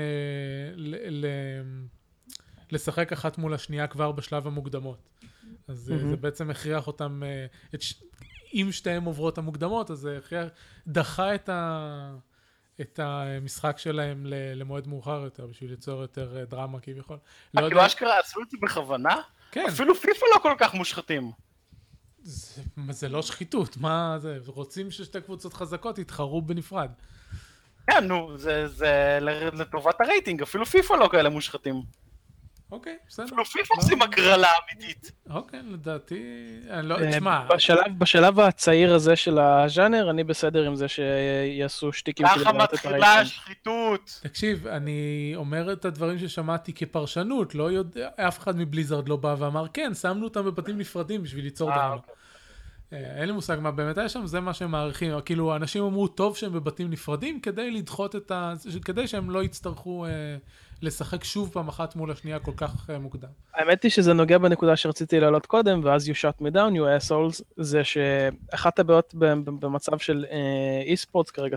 לשחק אחת מול השנייה כבר בשלב המוקדמות. אז זה בעצם הכריח אותם, אם שתיהם עוברות המוקדמות, אז זה דחה את המשחק שלהם למועד מאוחר יותר, בשביל ליצור יותר דרמה כביכול. כאילו אשכרה עשו את זה בכוונה? כן. אפילו פיפה לא כל כך מושחתים. זה לא שחיתות, מה זה? רוצים ששתי קבוצות חזקות יתחרו בנפרד. כן, נו, זה לטובת הרייטינג, אפילו פיפה לא כאלה מושחתים. אוקיי, בסדר. אפילו פיפה עושים הגרלה אמיתית. אוקיי, לדעתי, אני לא, תשמע. בשלב הצעיר הזה של הז'אנר, אני בסדר עם זה שיעשו שטיקים. ככה מתחילה השחיתות. תקשיב, אני אומר את הדברים ששמעתי כפרשנות, לא יודע, אף אחד מבליזרד לא בא ואמר, כן, שמנו אותם בבתים נפרדים בשביל ליצור דרמה. אין לי מושג מה באמת היה שם, זה מה שהם מעריכים, כאילו האנשים אמרו טוב שהם בבתים נפרדים, כדי לדחות כדי שהם לא יצטרכו לשחק שוב פעם אחת מול השנייה כל כך מוקדם. האמת היא שזה נוגע בנקודה שרציתי להעלות קודם, ואז you shut me down, you assholes, זה שאחת הבעיות במצב של e-sports כרגע,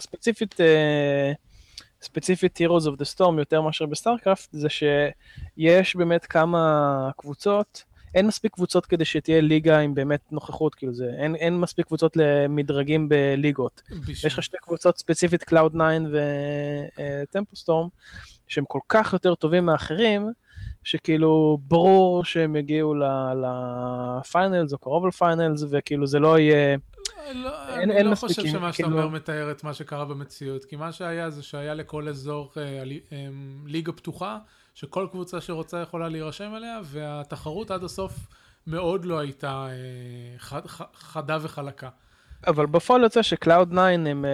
ספציפית Heroes of the Storm יותר מאשר בסטארקראפט, זה שיש באמת כמה קבוצות, אין מספיק קבוצות כדי שתהיה ליגה עם באמת נוכחות, כאילו זה, אין מספיק קבוצות למדרגים בליגות. יש לך שתי קבוצות ספציפית, Cloud9 וטמפוסטורם, שהם כל כך יותר טובים מאחרים, שכאילו ברור שהם יגיעו לפיינלס או קרוב לפיינלס, וכאילו זה לא יהיה... אני לא חושב שמה שאתה אומר מתאר את מה שקרה במציאות, כי מה שהיה זה שהיה לכל אזור ליגה פתוחה, שכל קבוצה שרוצה יכולה להירשם אליה, והתחרות עד הסוף מאוד לא הייתה חדה וחלקה. אבל בפועל יוצא ש-Cloud9 הם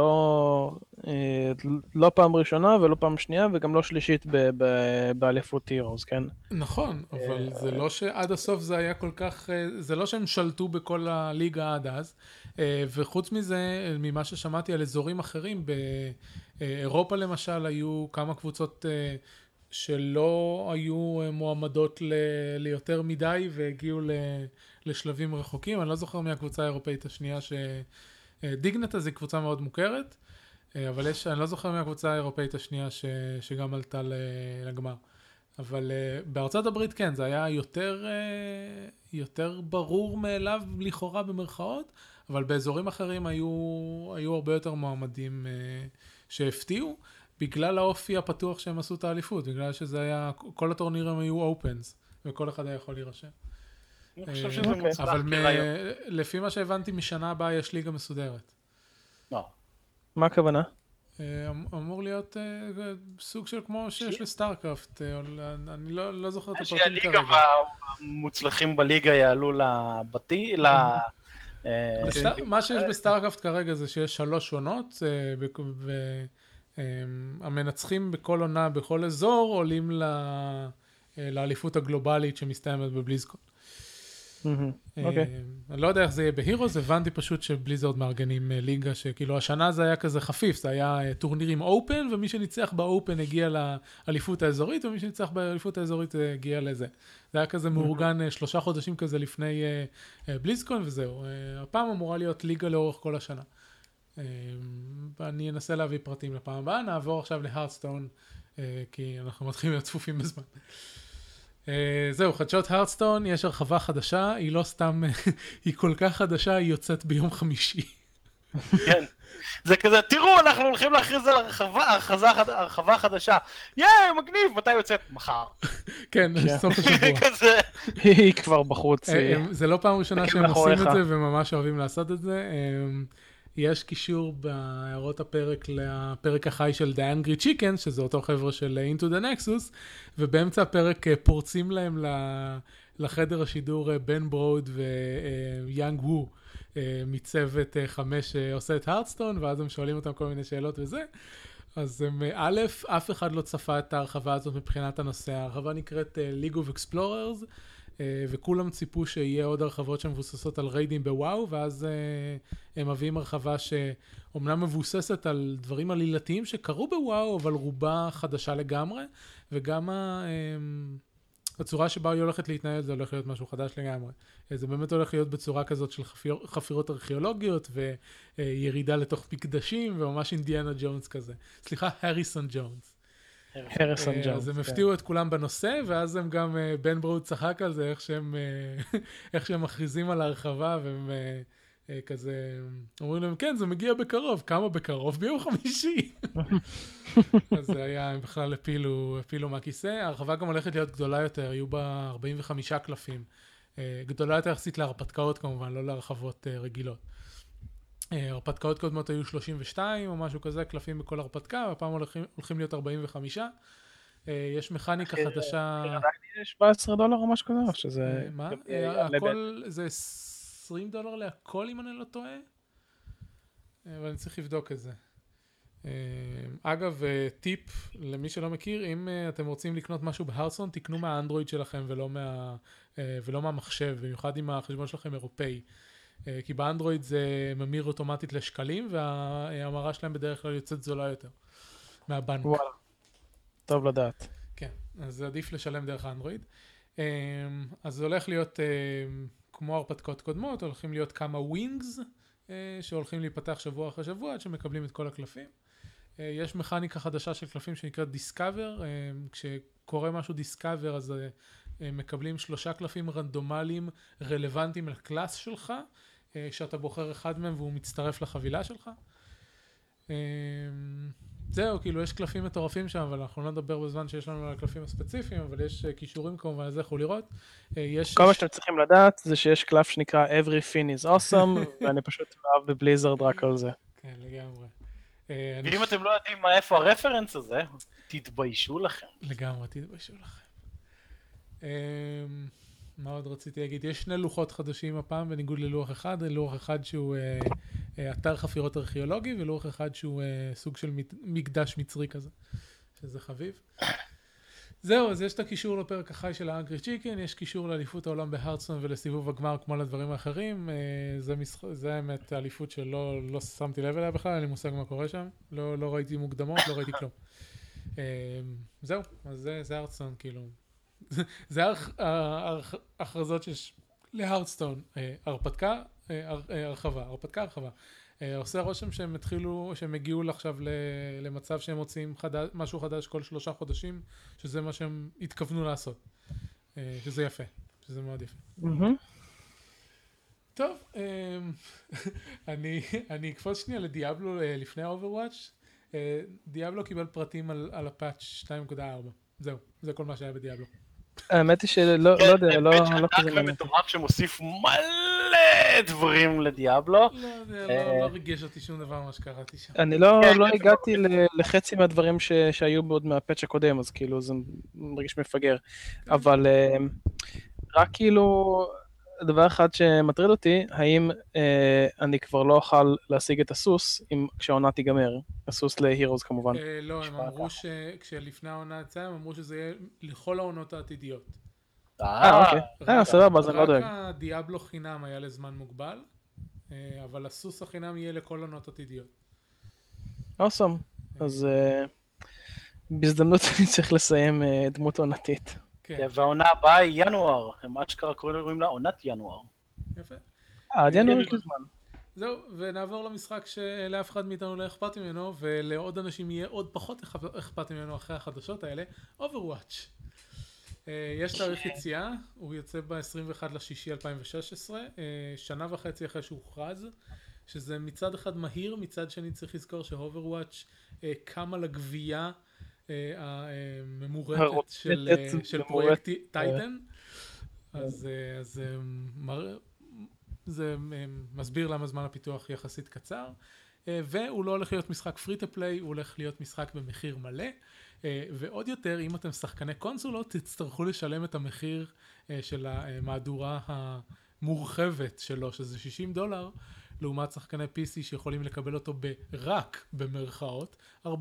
לא פעם ראשונה ולא פעם שנייה, וגם לא שלישית באליפות הירוס, כן? נכון, אבל זה לא שעד הסוף זה היה כל כך, זה לא שהם שלטו בכל הליגה עד אז, וחוץ מזה, ממה ששמעתי על אזורים אחרים, באירופה למשל היו כמה קבוצות שלא היו מועמדות ליותר מדי והגיעו לשלבים רחוקים. אני לא זוכר מהקבוצה האירופאית השנייה דיגנטה זה קבוצה מאוד מוכרת, אבל אני לא זוכר מהקבוצה האירופאית השנייה שגם עלתה לגמר. אבל בארצות הברית כן, זה היה יותר ברור מאליו לכאורה במרכאות, אבל באזורים אחרים היו הרבה יותר מועמדים שהפתיעו, בגלל האופי הפתוח שהם עשו את האליפות, בגלל שזה היה, כל הטורנירים היו אופנס, וכל אחד היה יכול להירשם. אני חושב שזה מוצלח אבל לפי מה שהבנתי, משנה הבאה יש ליגה מסודרת. לא. מה הכוונה? אמור להיות סוג של כמו שיש לסטארקראפט, אני לא זוכר את הפרטים כרגע. שהליגה והמוצלחים בליגה יעלו לבתי, מה שיש בסטארקראפט כרגע זה שיש 3 עונות, המנצחים בכל עונה, בכל אזור, עולים לאליפות הגלובלית שמסתיימת בבליזקון. אני לא יודע איך זה יהיה בהירוס, הבנתי פשוט שבליזרד מארגנים ליגה, שכאילו השנה זה היה כזה חפיף, זה היה טורנירים אופן, ומי שניצח באופן הגיע לאליפות האזורית, ומי שניצח באליפות האזורית הגיע לזה. זה היה כזה מאורגן 3 חודשים כזה לפני בליזקון, וזהו. הפעם אמורה להיות ליגה לאורך כל השנה. ואני אנסה להביא פרטים לפעם הבאה, נעבור עכשיו להרדסטון, כי אנחנו מתחילים להיות צפופים בזמן. זהו, חדשות הרדסטון, יש הרחבה חדשה, היא לא סתם, היא כל כך חדשה, היא יוצאת ביום חמישי. כן, זה כזה, תראו, אנחנו הולכים להכריז על הרחבה חדשה. מגניב, מתי יוצאת? מחר. כן, סוף השבוע. היא כבר בחוץ. זה לא פעם ראשונה שהם עושים את זה, וממש אוהבים לעשות את זה. יש קישור בהערות הפרק לפרק החי של The Angry Chicken, שזה אותו חבר'ה של Into the Nexus, ובאמצע הפרק פורצים להם לחדר השידור בן ברוד ויאנג וו מצוות 5 שעושה את הרדסטון, ואז הם שואלים אותם כל מיני שאלות וזה. אז א', אף אחד לא צפה את ההרחבה הזאת מבחינת הנושא. ההרחבה נקראת League of Explorers, וכולם ציפו שיהיה עוד הרחבות שמבוססות על ריידים בוואו, ואז הם מביאים הרחבה שאומנם מבוססת על דברים עלילתיים שקרו בוואו, אבל רובה חדשה לגמרי, וגם הצורה שבה היא הולכת להתנהל זה הולך להיות משהו חדש לגמרי. זה באמת הולך להיות בצורה כזאת של חפירות ארכיאולוגיות וירידה לתוך מקדשים וממש אינדיאנה ג'ונס כזה. סליחה, הריסון ג'ונס. הריסון ג'ונס. אז הם הפתיעו את כולם בנושא, ואז הם גם, בן ברוד צחק על זה, איך שהם מכריזים על ההרחבה, והם כזה, אומרים להם, כן, זה מגיע בקרוב. כמה בקרוב? ביום חמישי. אז זה היה, הם בכלל הפילו מהכיסא. ההרחבה גם הולכת להיות גדולה יותר, יהיו בה 45 קלפים. גדולה יותר יחסית להרפתקאות כמובן, לא להרחבות רגילות. הרפתקאות קודמות היו 32 או משהו כזה, קלפים בכל הרפתקה, והפעם הולכים להיות 45. יש מכניקה חדשה... $17 או משהו כזה, או שזה... מה? הכל, זה $20 להכל אם אני לא טועה? אבל אני צריך לבדוק את זה. אגב, טיפ למי שלא מכיר, אם אתם רוצים לקנות משהו בהרסון, תקנו מהאנדרואיד שלכם ולא מהמחשב, במיוחד אם החשבון שלכם אירופאי. כי באנדרואיד זה ממיר אוטומטית לשקלים, וההמרה שלהם בדרך כלל יוצאת זולה יותר מהבנק. וואלה, טוב לדעת. כן, אז עדיף לשלם דרך האנדרואיד. אז זה הולך להיות כמו הרפתקאות קודמות, הולכים להיות כמה ווינגס, שהולכים להיפתח שבוע אחרי שבוע, עד שמקבלים את כל הקלפים. יש מכניקה חדשה של קלפים שנקראת Discover, כשקורה משהו Discover, אז מקבלים 3 קלפים רנדומליים רלוונטיים לקלאס שלך, שאתה בוחר אחד מהם והוא מצטרף לחבילה שלך. זהו, כאילו יש קלפים מטורפים שם, אבל אנחנו לא נדבר בזמן שיש לנו על הקלפים הספציפיים, אבל יש קישורים כמובן, אז לכו לראות. כל מה שאתם צריכים לדעת זה שיש קלף שנקרא Everything is awesome, ואני פשוט מאוהב בבליזרד רק על זה. כן, לגמרי. ואם אתם לא יודעים איפה הרפרנס הזה, תתביישו לכם. לגמרי, תתביישו לכם. מה עוד רציתי להגיד? יש 2 לוחות חדשים הפעם, בניגוד ללוח אחד. לוח אחד שהוא אתר חפירות ארכיאולוגי, ולוח אחד שהוא סוג של מקדש מצרי כזה, שזה חביב. זהו, אז יש את הקישור לפרק החי של האנגרי צ'יקן, יש קישור לאליפות העולם בהרדסטון ולסיבוב הגמר כמו לדברים האחרים. זה האמת האליפות שלא שמתי לב אליה בכלל, אין לי מושג מה קורה שם. לא ראיתי מוקדמות, לא ראיתי כלום. זהו, אז זה הרדסטון, כאילו. זה ההכרזות שיש להרדסטון, הרפתקה, הרחבה, הרפתקה, הרחבה. עושה רושם שהם הגיעו עכשיו למצב שהם מוצאים משהו חדש כל 3 חודשים, שזה מה שהם התכוונו לעשות. שזה יפה, שזה מאוד יפה. טוב, אני אקפוץ שנייה לדיאבלו לפני האוברוואץ'. דיאבלו קיבל פרטים על הפאץ' 2.4. זהו, זה כל מה שהיה בדיאבלו. האמת היא שלא יודע, לא כזה מעניין. מטורף שמוסיף מלא דברים לדיאבלו. לא ריגש אותי שום דבר מה שקראתי שם. אני לא הגעתי לחצי מהדברים שהיו עוד מהפאץ' הקודם, אז כאילו זה מרגיש מפגר. אבל רק כאילו דבר אחד שמטריד אותי, האם אני כבר לא אוכל להשיג את הסוס כשהעונה תיגמר, הסוס להירוס כמובן. לא, הם אמרו שכשלפני העונה יצאה, הם אמרו שזה יהיה לכל העונות העתידיות. אוקיי, סבבה, אז אני לא דואג. רק הדיאבלו חינם היה לזמן מוגבל, אבל הסוס החינם יהיה לכל העונות העתידיות. אוסם, אז בהזדמנות אני צריך לסיים דמות עונתית. והעונה הבאה היא ינואר, הם אשכרה קוראים לה עונת ינואר. יפה. עד ינואר יש זמן. זהו, ונעבור למשחק שלאף אחד מאיתנו לא אכפת ממנו, ולעוד אנשים יהיה עוד פחות אכפת ממנו אחרי החדשות האלה, Overwatch. יש תאריך יציאה, הוא יוצא ב-21/6/2016, שנה וחצי אחרי שהוא הוכרז, שזה מצד אחד מהיר, מצד שני צריך לזכור ש-Overwatch קמה לגבייה, הממורטת של פרויקט טייטן, אז זה מסביר למה זמן הפיתוח יחסית קצר, והוא לא הולך להיות משחק פרי טו פליי, הוא הולך להיות משחק במחיר מלא, ועוד יותר, אם אתם שחקני קונסולות, תצטרכו לשלם את המחיר של המהדורה המורחבת שלו, שזה $60, לעומת שחקני PC שיכולים לקבל אותו רק במרכאות $40.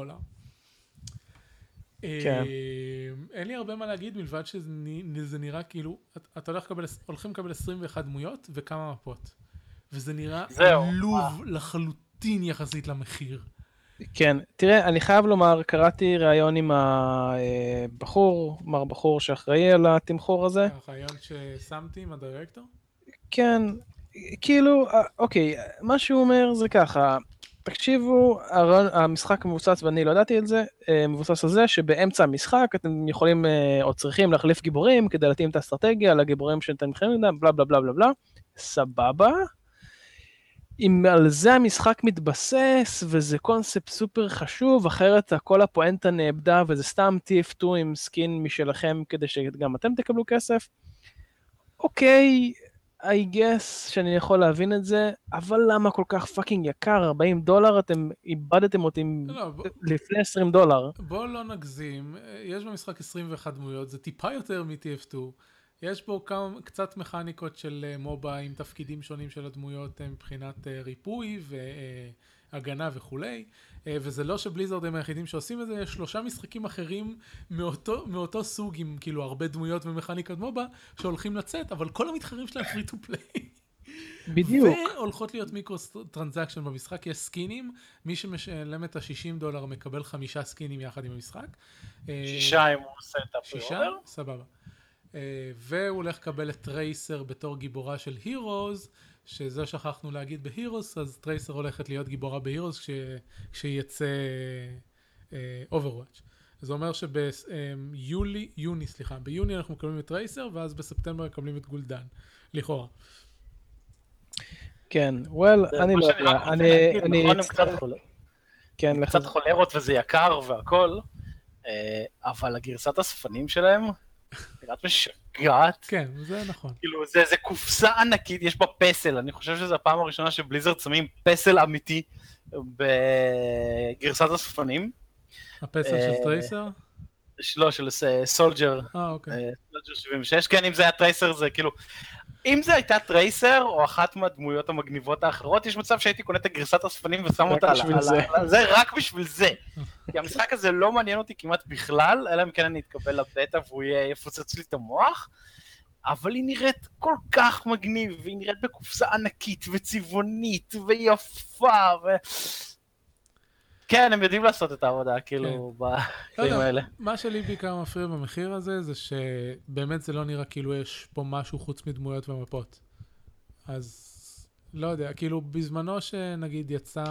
כן. אין לי הרבה מה להגיד מלבד שזה נראה כאילו הולכים לקבל 21 דמויות וכמה מפות, וזה נראה עלוב לחלוטין יחסית למחיר. כן, תראה, אני חייב לומר, קראתי ראיון עם הבחור, מר בחור שאחראי על התמחור הזה. הרעיון ששמתי עם הדירקטור? כן, כאילו, אוקיי, מה שהוא אומר זה ככה, תקשיבו, המשחק מבוסס, ואני לא ידעתי על זה, מבוסס על זה שבאמצע המשחק אתם יכולים או צריכים להחליף גיבורים כדי להתאים את האסטרטגיה לגיבורים שאתם מכירים להם, בלה בלה בלה בלה בלה, סבבה. אם על זה המשחק מתבסס, וזה קונספט סופר חשוב, אחרת כל הפואנטה נאבדה, וזה סתם TF2 עם סקין משלכם, כדי שגם אתם תקבלו כסף. אוקיי, I guess שאני יכול להבין את זה, אבל למה כל כך פאקינג יקר? $40? אתם איבדתם אותי לפני $20. בואו לא נגזים, יש במשחק 21 דמויות, זה טיפה יותר מ-TF2. יש בו קצת מכניקות של מובה עם תפקידים שונים של הדמויות מבחינת ריפוי והגנה וכולי, וזה לא שבליזרד הם היחידים שעושים את זה, יש 3 משחקים אחרים מאותו סוג עם כאילו הרבה דמויות ומכניקות מובה שהולכים לצאת, אבל כל המתחרים שלהם free to play. בדיוק. והולכות להיות מיקרו טרנזקשן במשחק, יש סקינים, מי שמשלם את $60 מקבל 5 סקינים יחד עם המשחק. 6 אם הוא עושה את הפריאורדר. סבבה. והוא הולך לקבל את טרייסר בתור גיבורה של הירוז, שזה שכחנו להגיד בהירוז, אז טרייסר הולכת להיות גיבורה בהירוז כשיצא אוברוואץ'. זה אומר ביוני אנחנו מקבלים את טרייסר, ואז בספטמבר מקבלים את גולדן, לכאורה. כן, אני לא יודע, אני קצת חולרות וזה יקר והכל, אבל הגרסת הספנים שלהם נראית משגעת. כן, זה נכון. כאילו, זה קופסה ענקית, יש בה פסל, אני חושב שזו הפעם הראשונה שבליזרד שמים פסל אמיתי בגרסת הספנים. הפסל של טרייסר? לא, של סולג'ר. אוקיי. סולג'ר 76, כן, אם זה היה טרייסר זה כאילו... אם זה הייתה טרייסר או אחת מהדמויות המגניבות האחרות, יש מצב שהייתי קונה את הגרסת הספנים ושם אותה על זה רק בשביל זה. כי המשחק הזה לא מעניין אותי כמעט בכלל, אלא אם כן אני אתקבל לבטא והוא יפוצץ לי את המוח, אבל היא נראית כל כך מגניב, והיא נראית בקופסה ענקית וצבעונית ויפה, כן, הם יודעים לעשות את העבודה, כאילו, בקטעים האלה. מה שלי בעיקר מפריע במחיר הזה, זה שבאמת זה לא נראה כאילו יש פה משהו חוץ מדמויות ומפות. אז, לא יודע, כאילו, בזמנו שנגיד יצא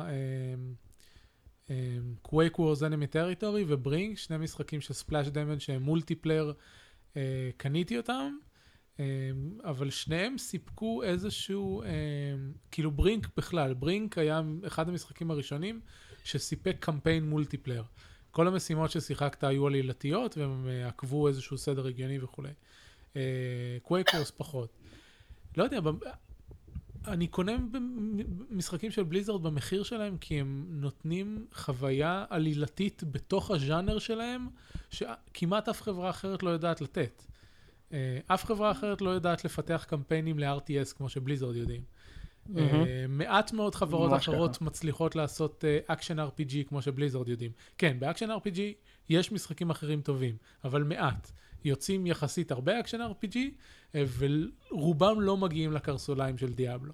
Quake Wars Enemy Territory וברינק, 2 משחקים של Splash Damage שהם מולטיפלייר, קניתי אותם, אבל שניהם סיפקו איזשהו, כאילו ברינק בכלל, ברינק היה אחד המשחקים הראשונים שסיפק קמפיין מולטיפלייר. כל המשימות ששיחקת היו עלילתיות והם עקבו איזשהו סדר הגיוני וכו'. Quake Wars פחות. לא יודע, אני קונה משחקים של בליזרד במחיר שלהם כי הם נותנים חוויה עלילתית בתוך הז'אנר שלהם שכמעט אף חברה אחרת לא יודעת לתת. אף חברה אחרת לא יודעת לפתח קמפיינים ל-RTS כמו שבליזרד יודעים. מעט מאוד חברות אחרות מצליחות לעשות אקשן RPG כמו שבליזרד יודעים. כן, באקשן RPG יש משחקים אחרים טובים, אבל מעט. יוצאים יחסית הרבה אקשן RPG, ורובם לא מגיעים לקרסוליים של דיאבלו.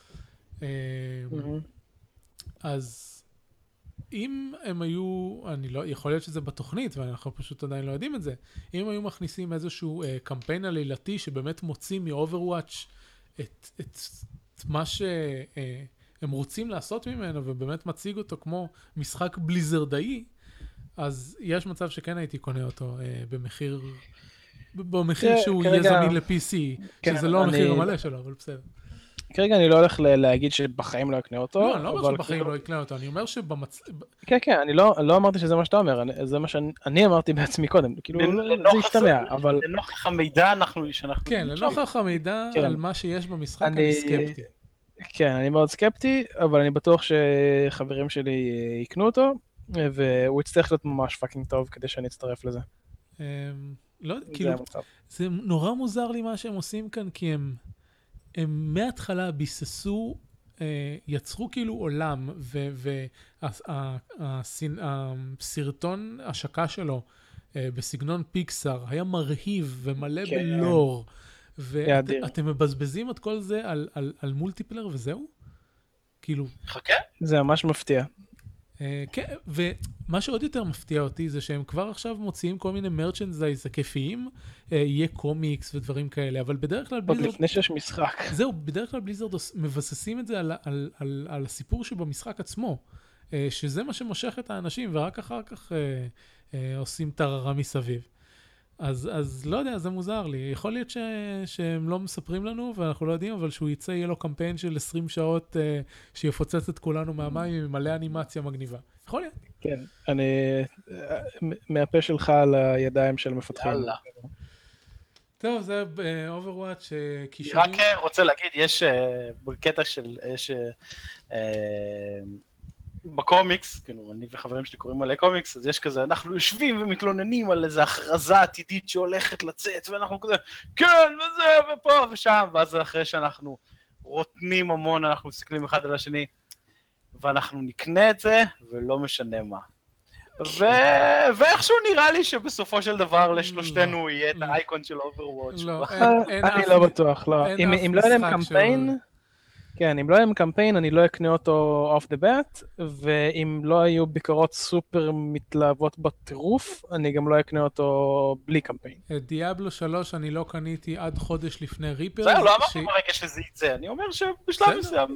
אז אם הם היו, יכול להיות שזה בתוכנית, ואנחנו פשוט עדיין לא יודעים את זה, אם היו מכניסים איזשהו קמפיין עלילתי שבאמת מוציא מ-Overwatch את מה שהם רוצים לעשות ממנו, ובאמת מציג אותו כמו משחק בליזרדאי, אז יש מצב שכן הייתי קונה אותו במחיר שהוא יהיה זמין ל-PC, שזה לא המחיר המלא שלו, אבל בסדר. כרגע אני לא הולך להגיד שבחיים לא יקנה אותו. לא, אני לא אומר שבחיים לא יקנה אותו, אני אומר כן, כן, אני לא אמרתי שזה מה שאתה אומר, זה מה שאני אמרתי בעצמי קודם, כאילו זה ישתמע, אבל... לנוכח המידע אנחנו... כן, לנוכח המידע על מה שיש במשחק אני סקפטי. כן, אני מאוד סקפטי, אבל אני בטוח שחברים שלי יקנו אותו, והוא יצטרך להיות ממש פאקינג טוב כדי שאני אצטרף לזה. לא, כאילו, זה נורא מוזר לי מה שהם עושים כאן, כי הם מההתחלה ביססו, יצרו כאילו עולם, והסרטון השקה שלו בסגנון פיקסאר היה מרהיב ומלא בלור, ואתם מבזבזים את כל זה על מולטיפלר וזהו? כאילו... חכה. זה ממש מפתיע. כן, ומה שעוד יותר מפתיע אותי זה שהם כבר עכשיו מוציאים כל מיני מרצ'נדייז היקפיים, יהיה קומיקס ודברים כאלה, אבל בדרך כלל עוד בליזרד... לפני שיש משחק. זהו, בדרך כלל בליזרד מבססים את זה על הסיפור שבמשחק עצמו, שזה מה שמושך את האנשים, ורק אחר כך עושים טררה מסביב. אז לא יודע, זה מוזר לי. יכול להיות שהם לא מספרים לנו, ואנחנו לא יודעים, אבל שהוא יצא, יהיה לו קמפיין של 20 שעות שיפוצץ את כולנו מהמים עם מלא אנימציה מגניבה. יכול להיות. כן, אני מהפה שלך על הידיים של מפתחים. יאללה. טוב, זה Overwatch רק קישורים. רוצה להגיד, יש בקטע של... בקומיקס, כאילו, אני וחברים שלי קוראים עלי קומיקס, אז יש כזה, אנחנו יושבים ומתלוננים על איזו הכרזה עתידית שהולכת לצאת, ואנחנו כזה, כן, וזה, ופה ושם, ואז אחרי שאנחנו רוטנים המון, אנחנו מסתכלים אחד על השני, ואנחנו נקנה את זה, ולא משנה מה. ואיכשהו נראה לי שבסופו של דבר לשלושתנו יהיה את האייקון של Overwatch. לא, אני לא בטוח, לא. אם לא יהיה להם קמפיין... כן, אם לא יהיה קמפיין, אני לא אקנה אותו off the bat, ואם לא היו ביקורות סופר מתלהבות בטירוף, אני גם לא אקנה אותו בלי קמפיין. את דיאבלו 3 אני לא קניתי עד חודש לפני ריפר. זה לא אמרתי ברגע שזה יצא, אני אומר שבשלב מסוים.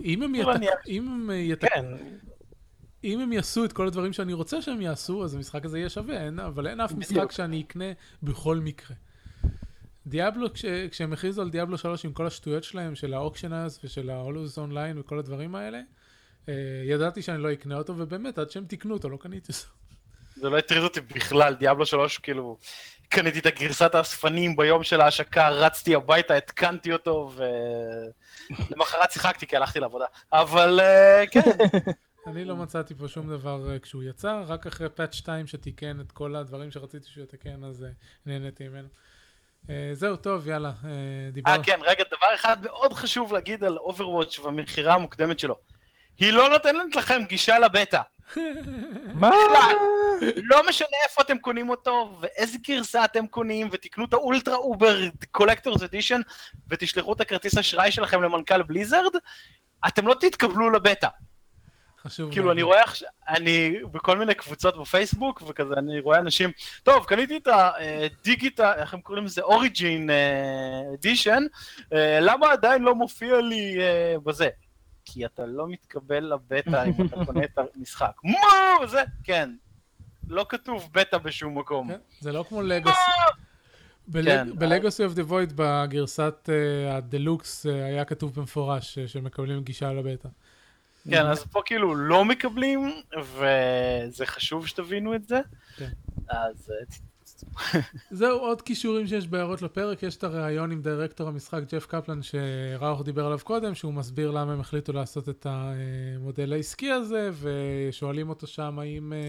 אם הם יעשו את כל הדברים שאני רוצה שהם יעשו, אז המשחק הזה יהיה שווה, אבל אין אף משחק שאני אקנה בכל מקרה. דיאבלו, כשהם הכריזו על דיאבלו 3 עם כל השטויות שלהם, של האוקשנרס ושל ההולוס אונליין וכל הדברים האלה, ידעתי שאני לא אקנה אותו, ובאמת, עד שהם תקנו אותו, לא קניתי אותו. זה לא הטריד אותי בכלל, דיאבלו 3, כאילו, קניתי את הגרסת האספנים ביום של ההשקה, רצתי הביתה, התקנתי אותו, ולמחרת שיחקתי כי הלכתי לעבודה. אבל כן. אני לא מצאתי פה שום דבר כשהוא יצא, רק אחרי פאץ' 2 שתיקן את כל הדברים שרציתי שהוא יתקן, אז נהניתי ממנו. זהו, טוב, יאללה, דיבר. כן, רגע, דבר אחד מאוד חשוב להגיד על Overwatch והמכירה המוקדמת שלו. היא לא נותנת לכם גישה לבטא. מה? לא משנה איפה אתם קונים אותו, ואיזה גרסה אתם קונים, ותקנו את האולטרה אובר קולקטורס אדישן, ותשלחו את הכרטיס אשראי שלכם למנכ"ל בליזרד, אתם לא תתקבלו לבטא. חשוב. כאילו אני רואה, אני בכל מיני קבוצות בפייסבוק, וכזה אני רואה אנשים, טוב, קניתי את הדיגיטל, איך הם קוראים לזה, אוריג'ין אדישן, למה עדיין לא מופיע לי בזה? כי אתה לא מתקבל לבטא אם אתה קונה את המשחק. מה? זה, כן. לא כתוב בטא בשום מקום. זה לא כמו לגאסי. בלגאסי אוף דה וויד בגרסת הדלוקס היה כתוב במפורש שמקבלים גישה לבטא. כן, אז פה כאילו לא מקבלים, וזה חשוב שתבינו את זה. אז... זהו, עוד קישורים שיש בהערות לפרק, יש את הראיון עם דירקטור המשחק ג'ף קפלן שראוך דיבר עליו קודם, שהוא מסביר למה הם החליטו לעשות את המודל העסקי הזה, ושואלים אותו שם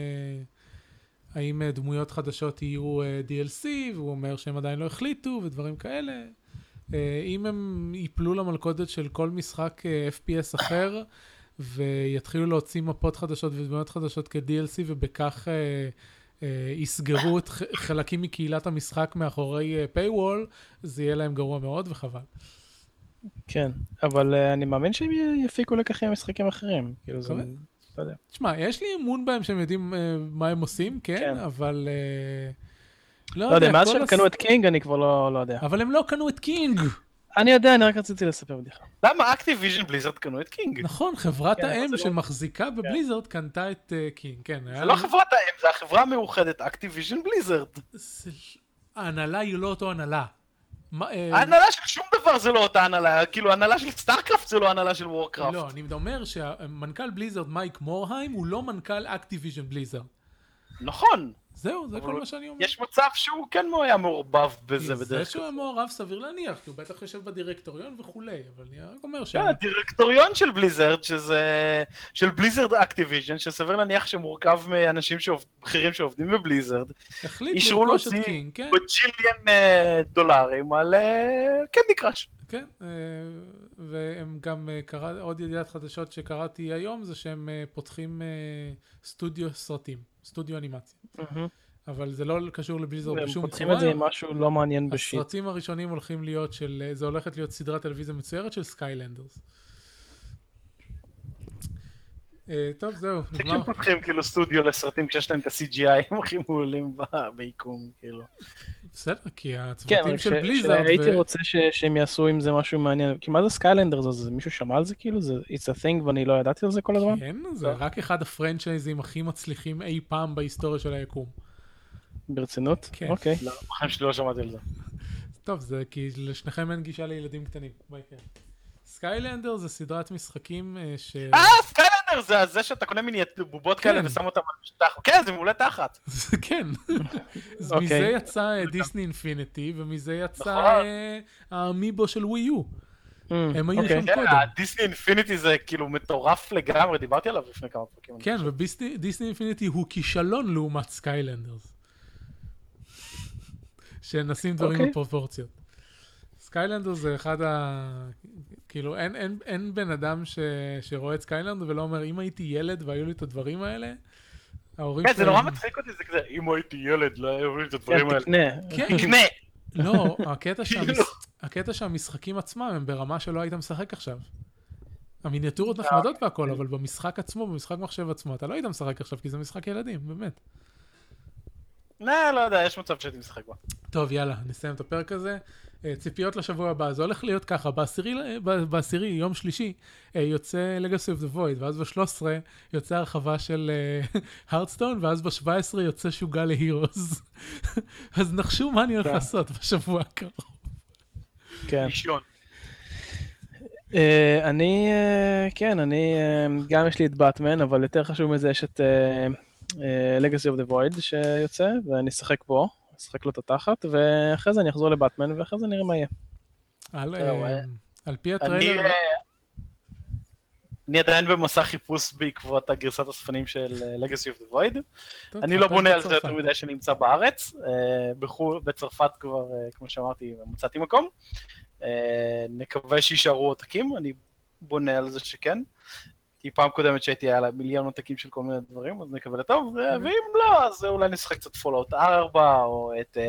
האם דמויות חדשות יהיו DLC, והוא אומר שהם עדיין לא החליטו ודברים כאלה. אם הם ייפלו למלכודת של כל משחק FPS אחר, ויתחילו להוציא מפות חדשות ודמויות חדשות כ-DLC, ובכך יסגרו את חלקים מקהילת המשחק מאחורי paywall, זה יהיה להם גרוע מאוד וחבל. כן, אבל אני מאמין שהם יפיקו לקחים משחקים אחרים. כאילו זה... לא יודע. תשמע, יש לי אמון בהם שהם יודעים מה הם עושים, כן, אבל... לא יודע, מאז שהם קנו את קינג אני כבר לא יודע. אבל הם לא קנו את קינג! אני יודע, אני רק רציתי לספר בדיחה. למה אקטיביז'ן בליזרד קנו את קינג? נכון, חברת האם שמחזיקה בבליזרד קנתה את קינג, כן. זה לא חברת האם, זה החברה המאוחדת, אקטיביז'ן בליזרד. ההנהלה היא לא אותו הנהלה. ההנהלה של שום דבר זה לא אותה הנהלה, כאילו ההנהלה של סטארקראפט זה לא הנהלה של וורקראפט. לא, אני אומר שהמנכ"ל בליזרד מייק מורהיים הוא לא מנכ"ל אקטיביז'ן בליזרד. נכון. זהו, זה כל מה שאני אומר. יש מצב שהוא כן היה מעורבב בזה בדרך כלל. זה שהוא היה מעורב סביר להניח, כי הוא בטח יושב בדירקטוריון וכולי, אבל אני רק אומר ש... הדירקטוריון של בליזרד, של בליזרד אקטיביז'ן, שסביר להניח שמורכב מאנשים בכירים שעובדים בבליזרד, אישרו להוציא בג'יליאן דולרים על קנדי קראש. כן, והם גם, עוד ידיעת חדשות שקראתי היום, זה שהם פותחים סטודיו סרטים, סטודיו אנימציה. אבל זה לא קשור לבליזרד בשום צורה. הם פותחים את זה עם משהו לא מעניין בשיט. הסרטים הראשונים הולכים להיות זה הולכת להיות סדרת טלוויזיה מצוירת של סקיילנדרס. טוב, זהו, זה נגמר. כשהם פותחים כאילו סטודיו לסרטים כשיש להם את ה-CGI הם הכי מעולים ביקום, כאילו. בסדר, כי כן, הצוותים של בליזארד, הייתי רוצה שהם יעשו עם זה משהו מעניין. כי מה זה סקיילנדרס? אז מישהו שמע על זה כאילו? זה It's a thing ואני לא ידעתי על זה כל הזמן? כן, זה רק אחד הפרנצ'ייזים הכי מצליחים אי פעם בהיסטוריה של היקום. ברצינות? כן. אוקיי. לא, בחיים שלי לא שמעתי על זה. טוב, זה כי לשניכם אין גישה לילדים קטנים. מה יקרה? סקיילנדר זה סדרת משחקים סקיילנדר זה שאתה קונה מיני בובות כאלה כן. ושם אותם על משטח. כן, זה מעולה תחת. כן. אז אוקיי. מזה יצא דיסני אינפיניטי, ומזה יצא נכון. האמיבו של ווי יו. הם היו אוקיי. שם כן, קודם. הדיסני אינפיניטי זה כאילו מטורף לגמרי, דיברתי עליו לפני כמה פרקים. כן, ודיסני אינפיניטי הוא כישלון לעומת סקיילנדרס. שנשים דברים אוקיי. בפרופורציות. סקיילנדרס זה אחד כאילו, אין בן אדם שרואה את סקיילנדר ולא אומר, אם הייתי ילד והיו לי את הדברים האלה, ההורים כן, זה נורא מצחיק אותי, זה כזה, אם הייתי ילד, לא היו לי את הדברים האלה. תקנה. כן. תקנה! לא, הקטע שהמשחקים עצמם הם ברמה שלא היית משחק עכשיו. המיניאטורות נחמדות והכל, אבל במשחק עצמו, במשחק מחשב עצמו, אתה לא היית משחק עכשיו, כי זה משחק ילדים, באמת. לא יודע, יש מצב שהייתי משחק בה. טוב, יאללה, נסיים את הפרק הזה. ציפיות לשבוע הבא, זה הולך להיות ככה, בעשירי, יום שלישי, יוצא Legacy of the Void, ואז ב-13 יוצא הרחבה של הרדסטון, ואז ב-17 יוצא שוגה להירוס. אז נחשו מה אני הולך לעשות בשבוע הקרוב. כן. לישון. אני גם יש לי את באטמן, אבל יותר חשוב מזה יש את Legacy of the Void שיוצא, ואני אשחק בו, אשחק לו את התחת, ואחרי זה אני אחזור לבאטמן, ואחרי זה נראה מה יהיה. על פי הטריילר... אני עדיין במסע חיפוש בעקבות הגרסת הספנים של Legacy of the Void. אני לא בונה על זה יותר מדי שנמצא בארץ. בצרפת כבר, כמו שאמרתי, מצאתי מקום. נקווה שישארו עותקים, אני בונה על זה שכן. כי פעם קודמת שהייתי היה לה מיליון עותקים של כל מיני דברים, אז נקווה לטוב, ואם לא, אז אולי נשחק קצת פולאוט 4, או את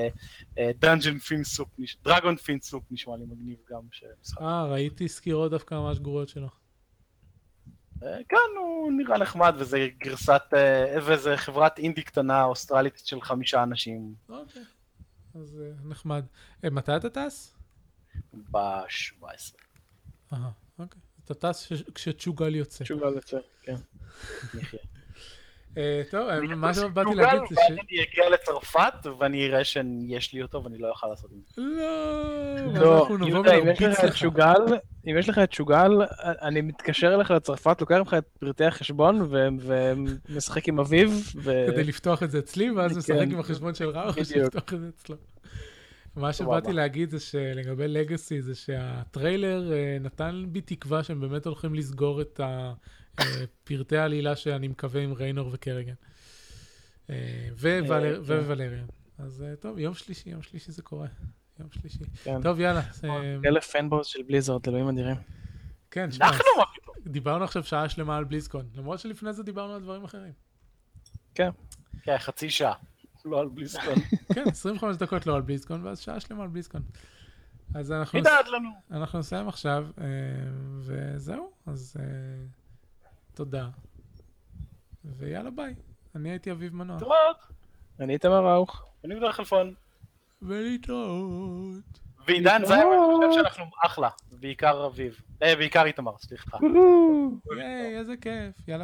דרגון פינסופ נשמע לי מגניב גם. ראיתי סקירות דווקא ממש גרועות שלו. כן, הוא נראה נחמד, וזה וזה חברת אינדי קטנה אוסטרלית של 5 אנשים. אוקיי, אז נחמד. מתי אתה טס? ב-17. אוקיי. אתה טס כשצ'וגל יוצא. צ'וגל יוצא, כן. טוב, מה שבאתי להגיד זה ש... אני אגיע לצרפת ואני אראה שיש לי אותו ואני לא אוכל לעשות את זה. לא, אנחנו נבוא ונרביץ לך. אם יש לך את שוגל, אני מתקשר אליך לצרפת, לוקח לך את פרטי החשבון ומשחק עם אביו. כדי לפתוח את זה אצלי, ואז משחק עם החשבון של ראו, לפתוח את זה אצלו. מה שבאתי להגיד זה שלגבי לגאסי זה שהטריילר נתן בי תקווה שהם באמת הולכים לסגור את פרטי העלילה שאני מקווה עם ריינור וקרגן. וולריאן. אז טוב, יום שלישי זה קורה. יום שלישי. טוב, יאללה. אלה פנבוז של בליזארד, אלוהים אדירים. כן, דיברנו עכשיו שעה שלמה על בליזקון, למרות שלפני זה דיברנו על דברים אחרים. כן. כן, חצי שעה. לא על בליזקון. כן, 25 דקות לא על בליזקון, ואז שעה שלמה על בליזקון. אז אנחנו נסיים עכשיו, וזהו, אז תודה. ויאללה ביי. אני הייתי אביב מנוע. תודה. אני איתמר ראוך. אני בדרך חלפון. ולהתראות. ועידן זיימן, אני חושב שאנחנו אחלה. בעיקר אביב. בעיקר איתמר, סליחה. איזה כיף. יאללה.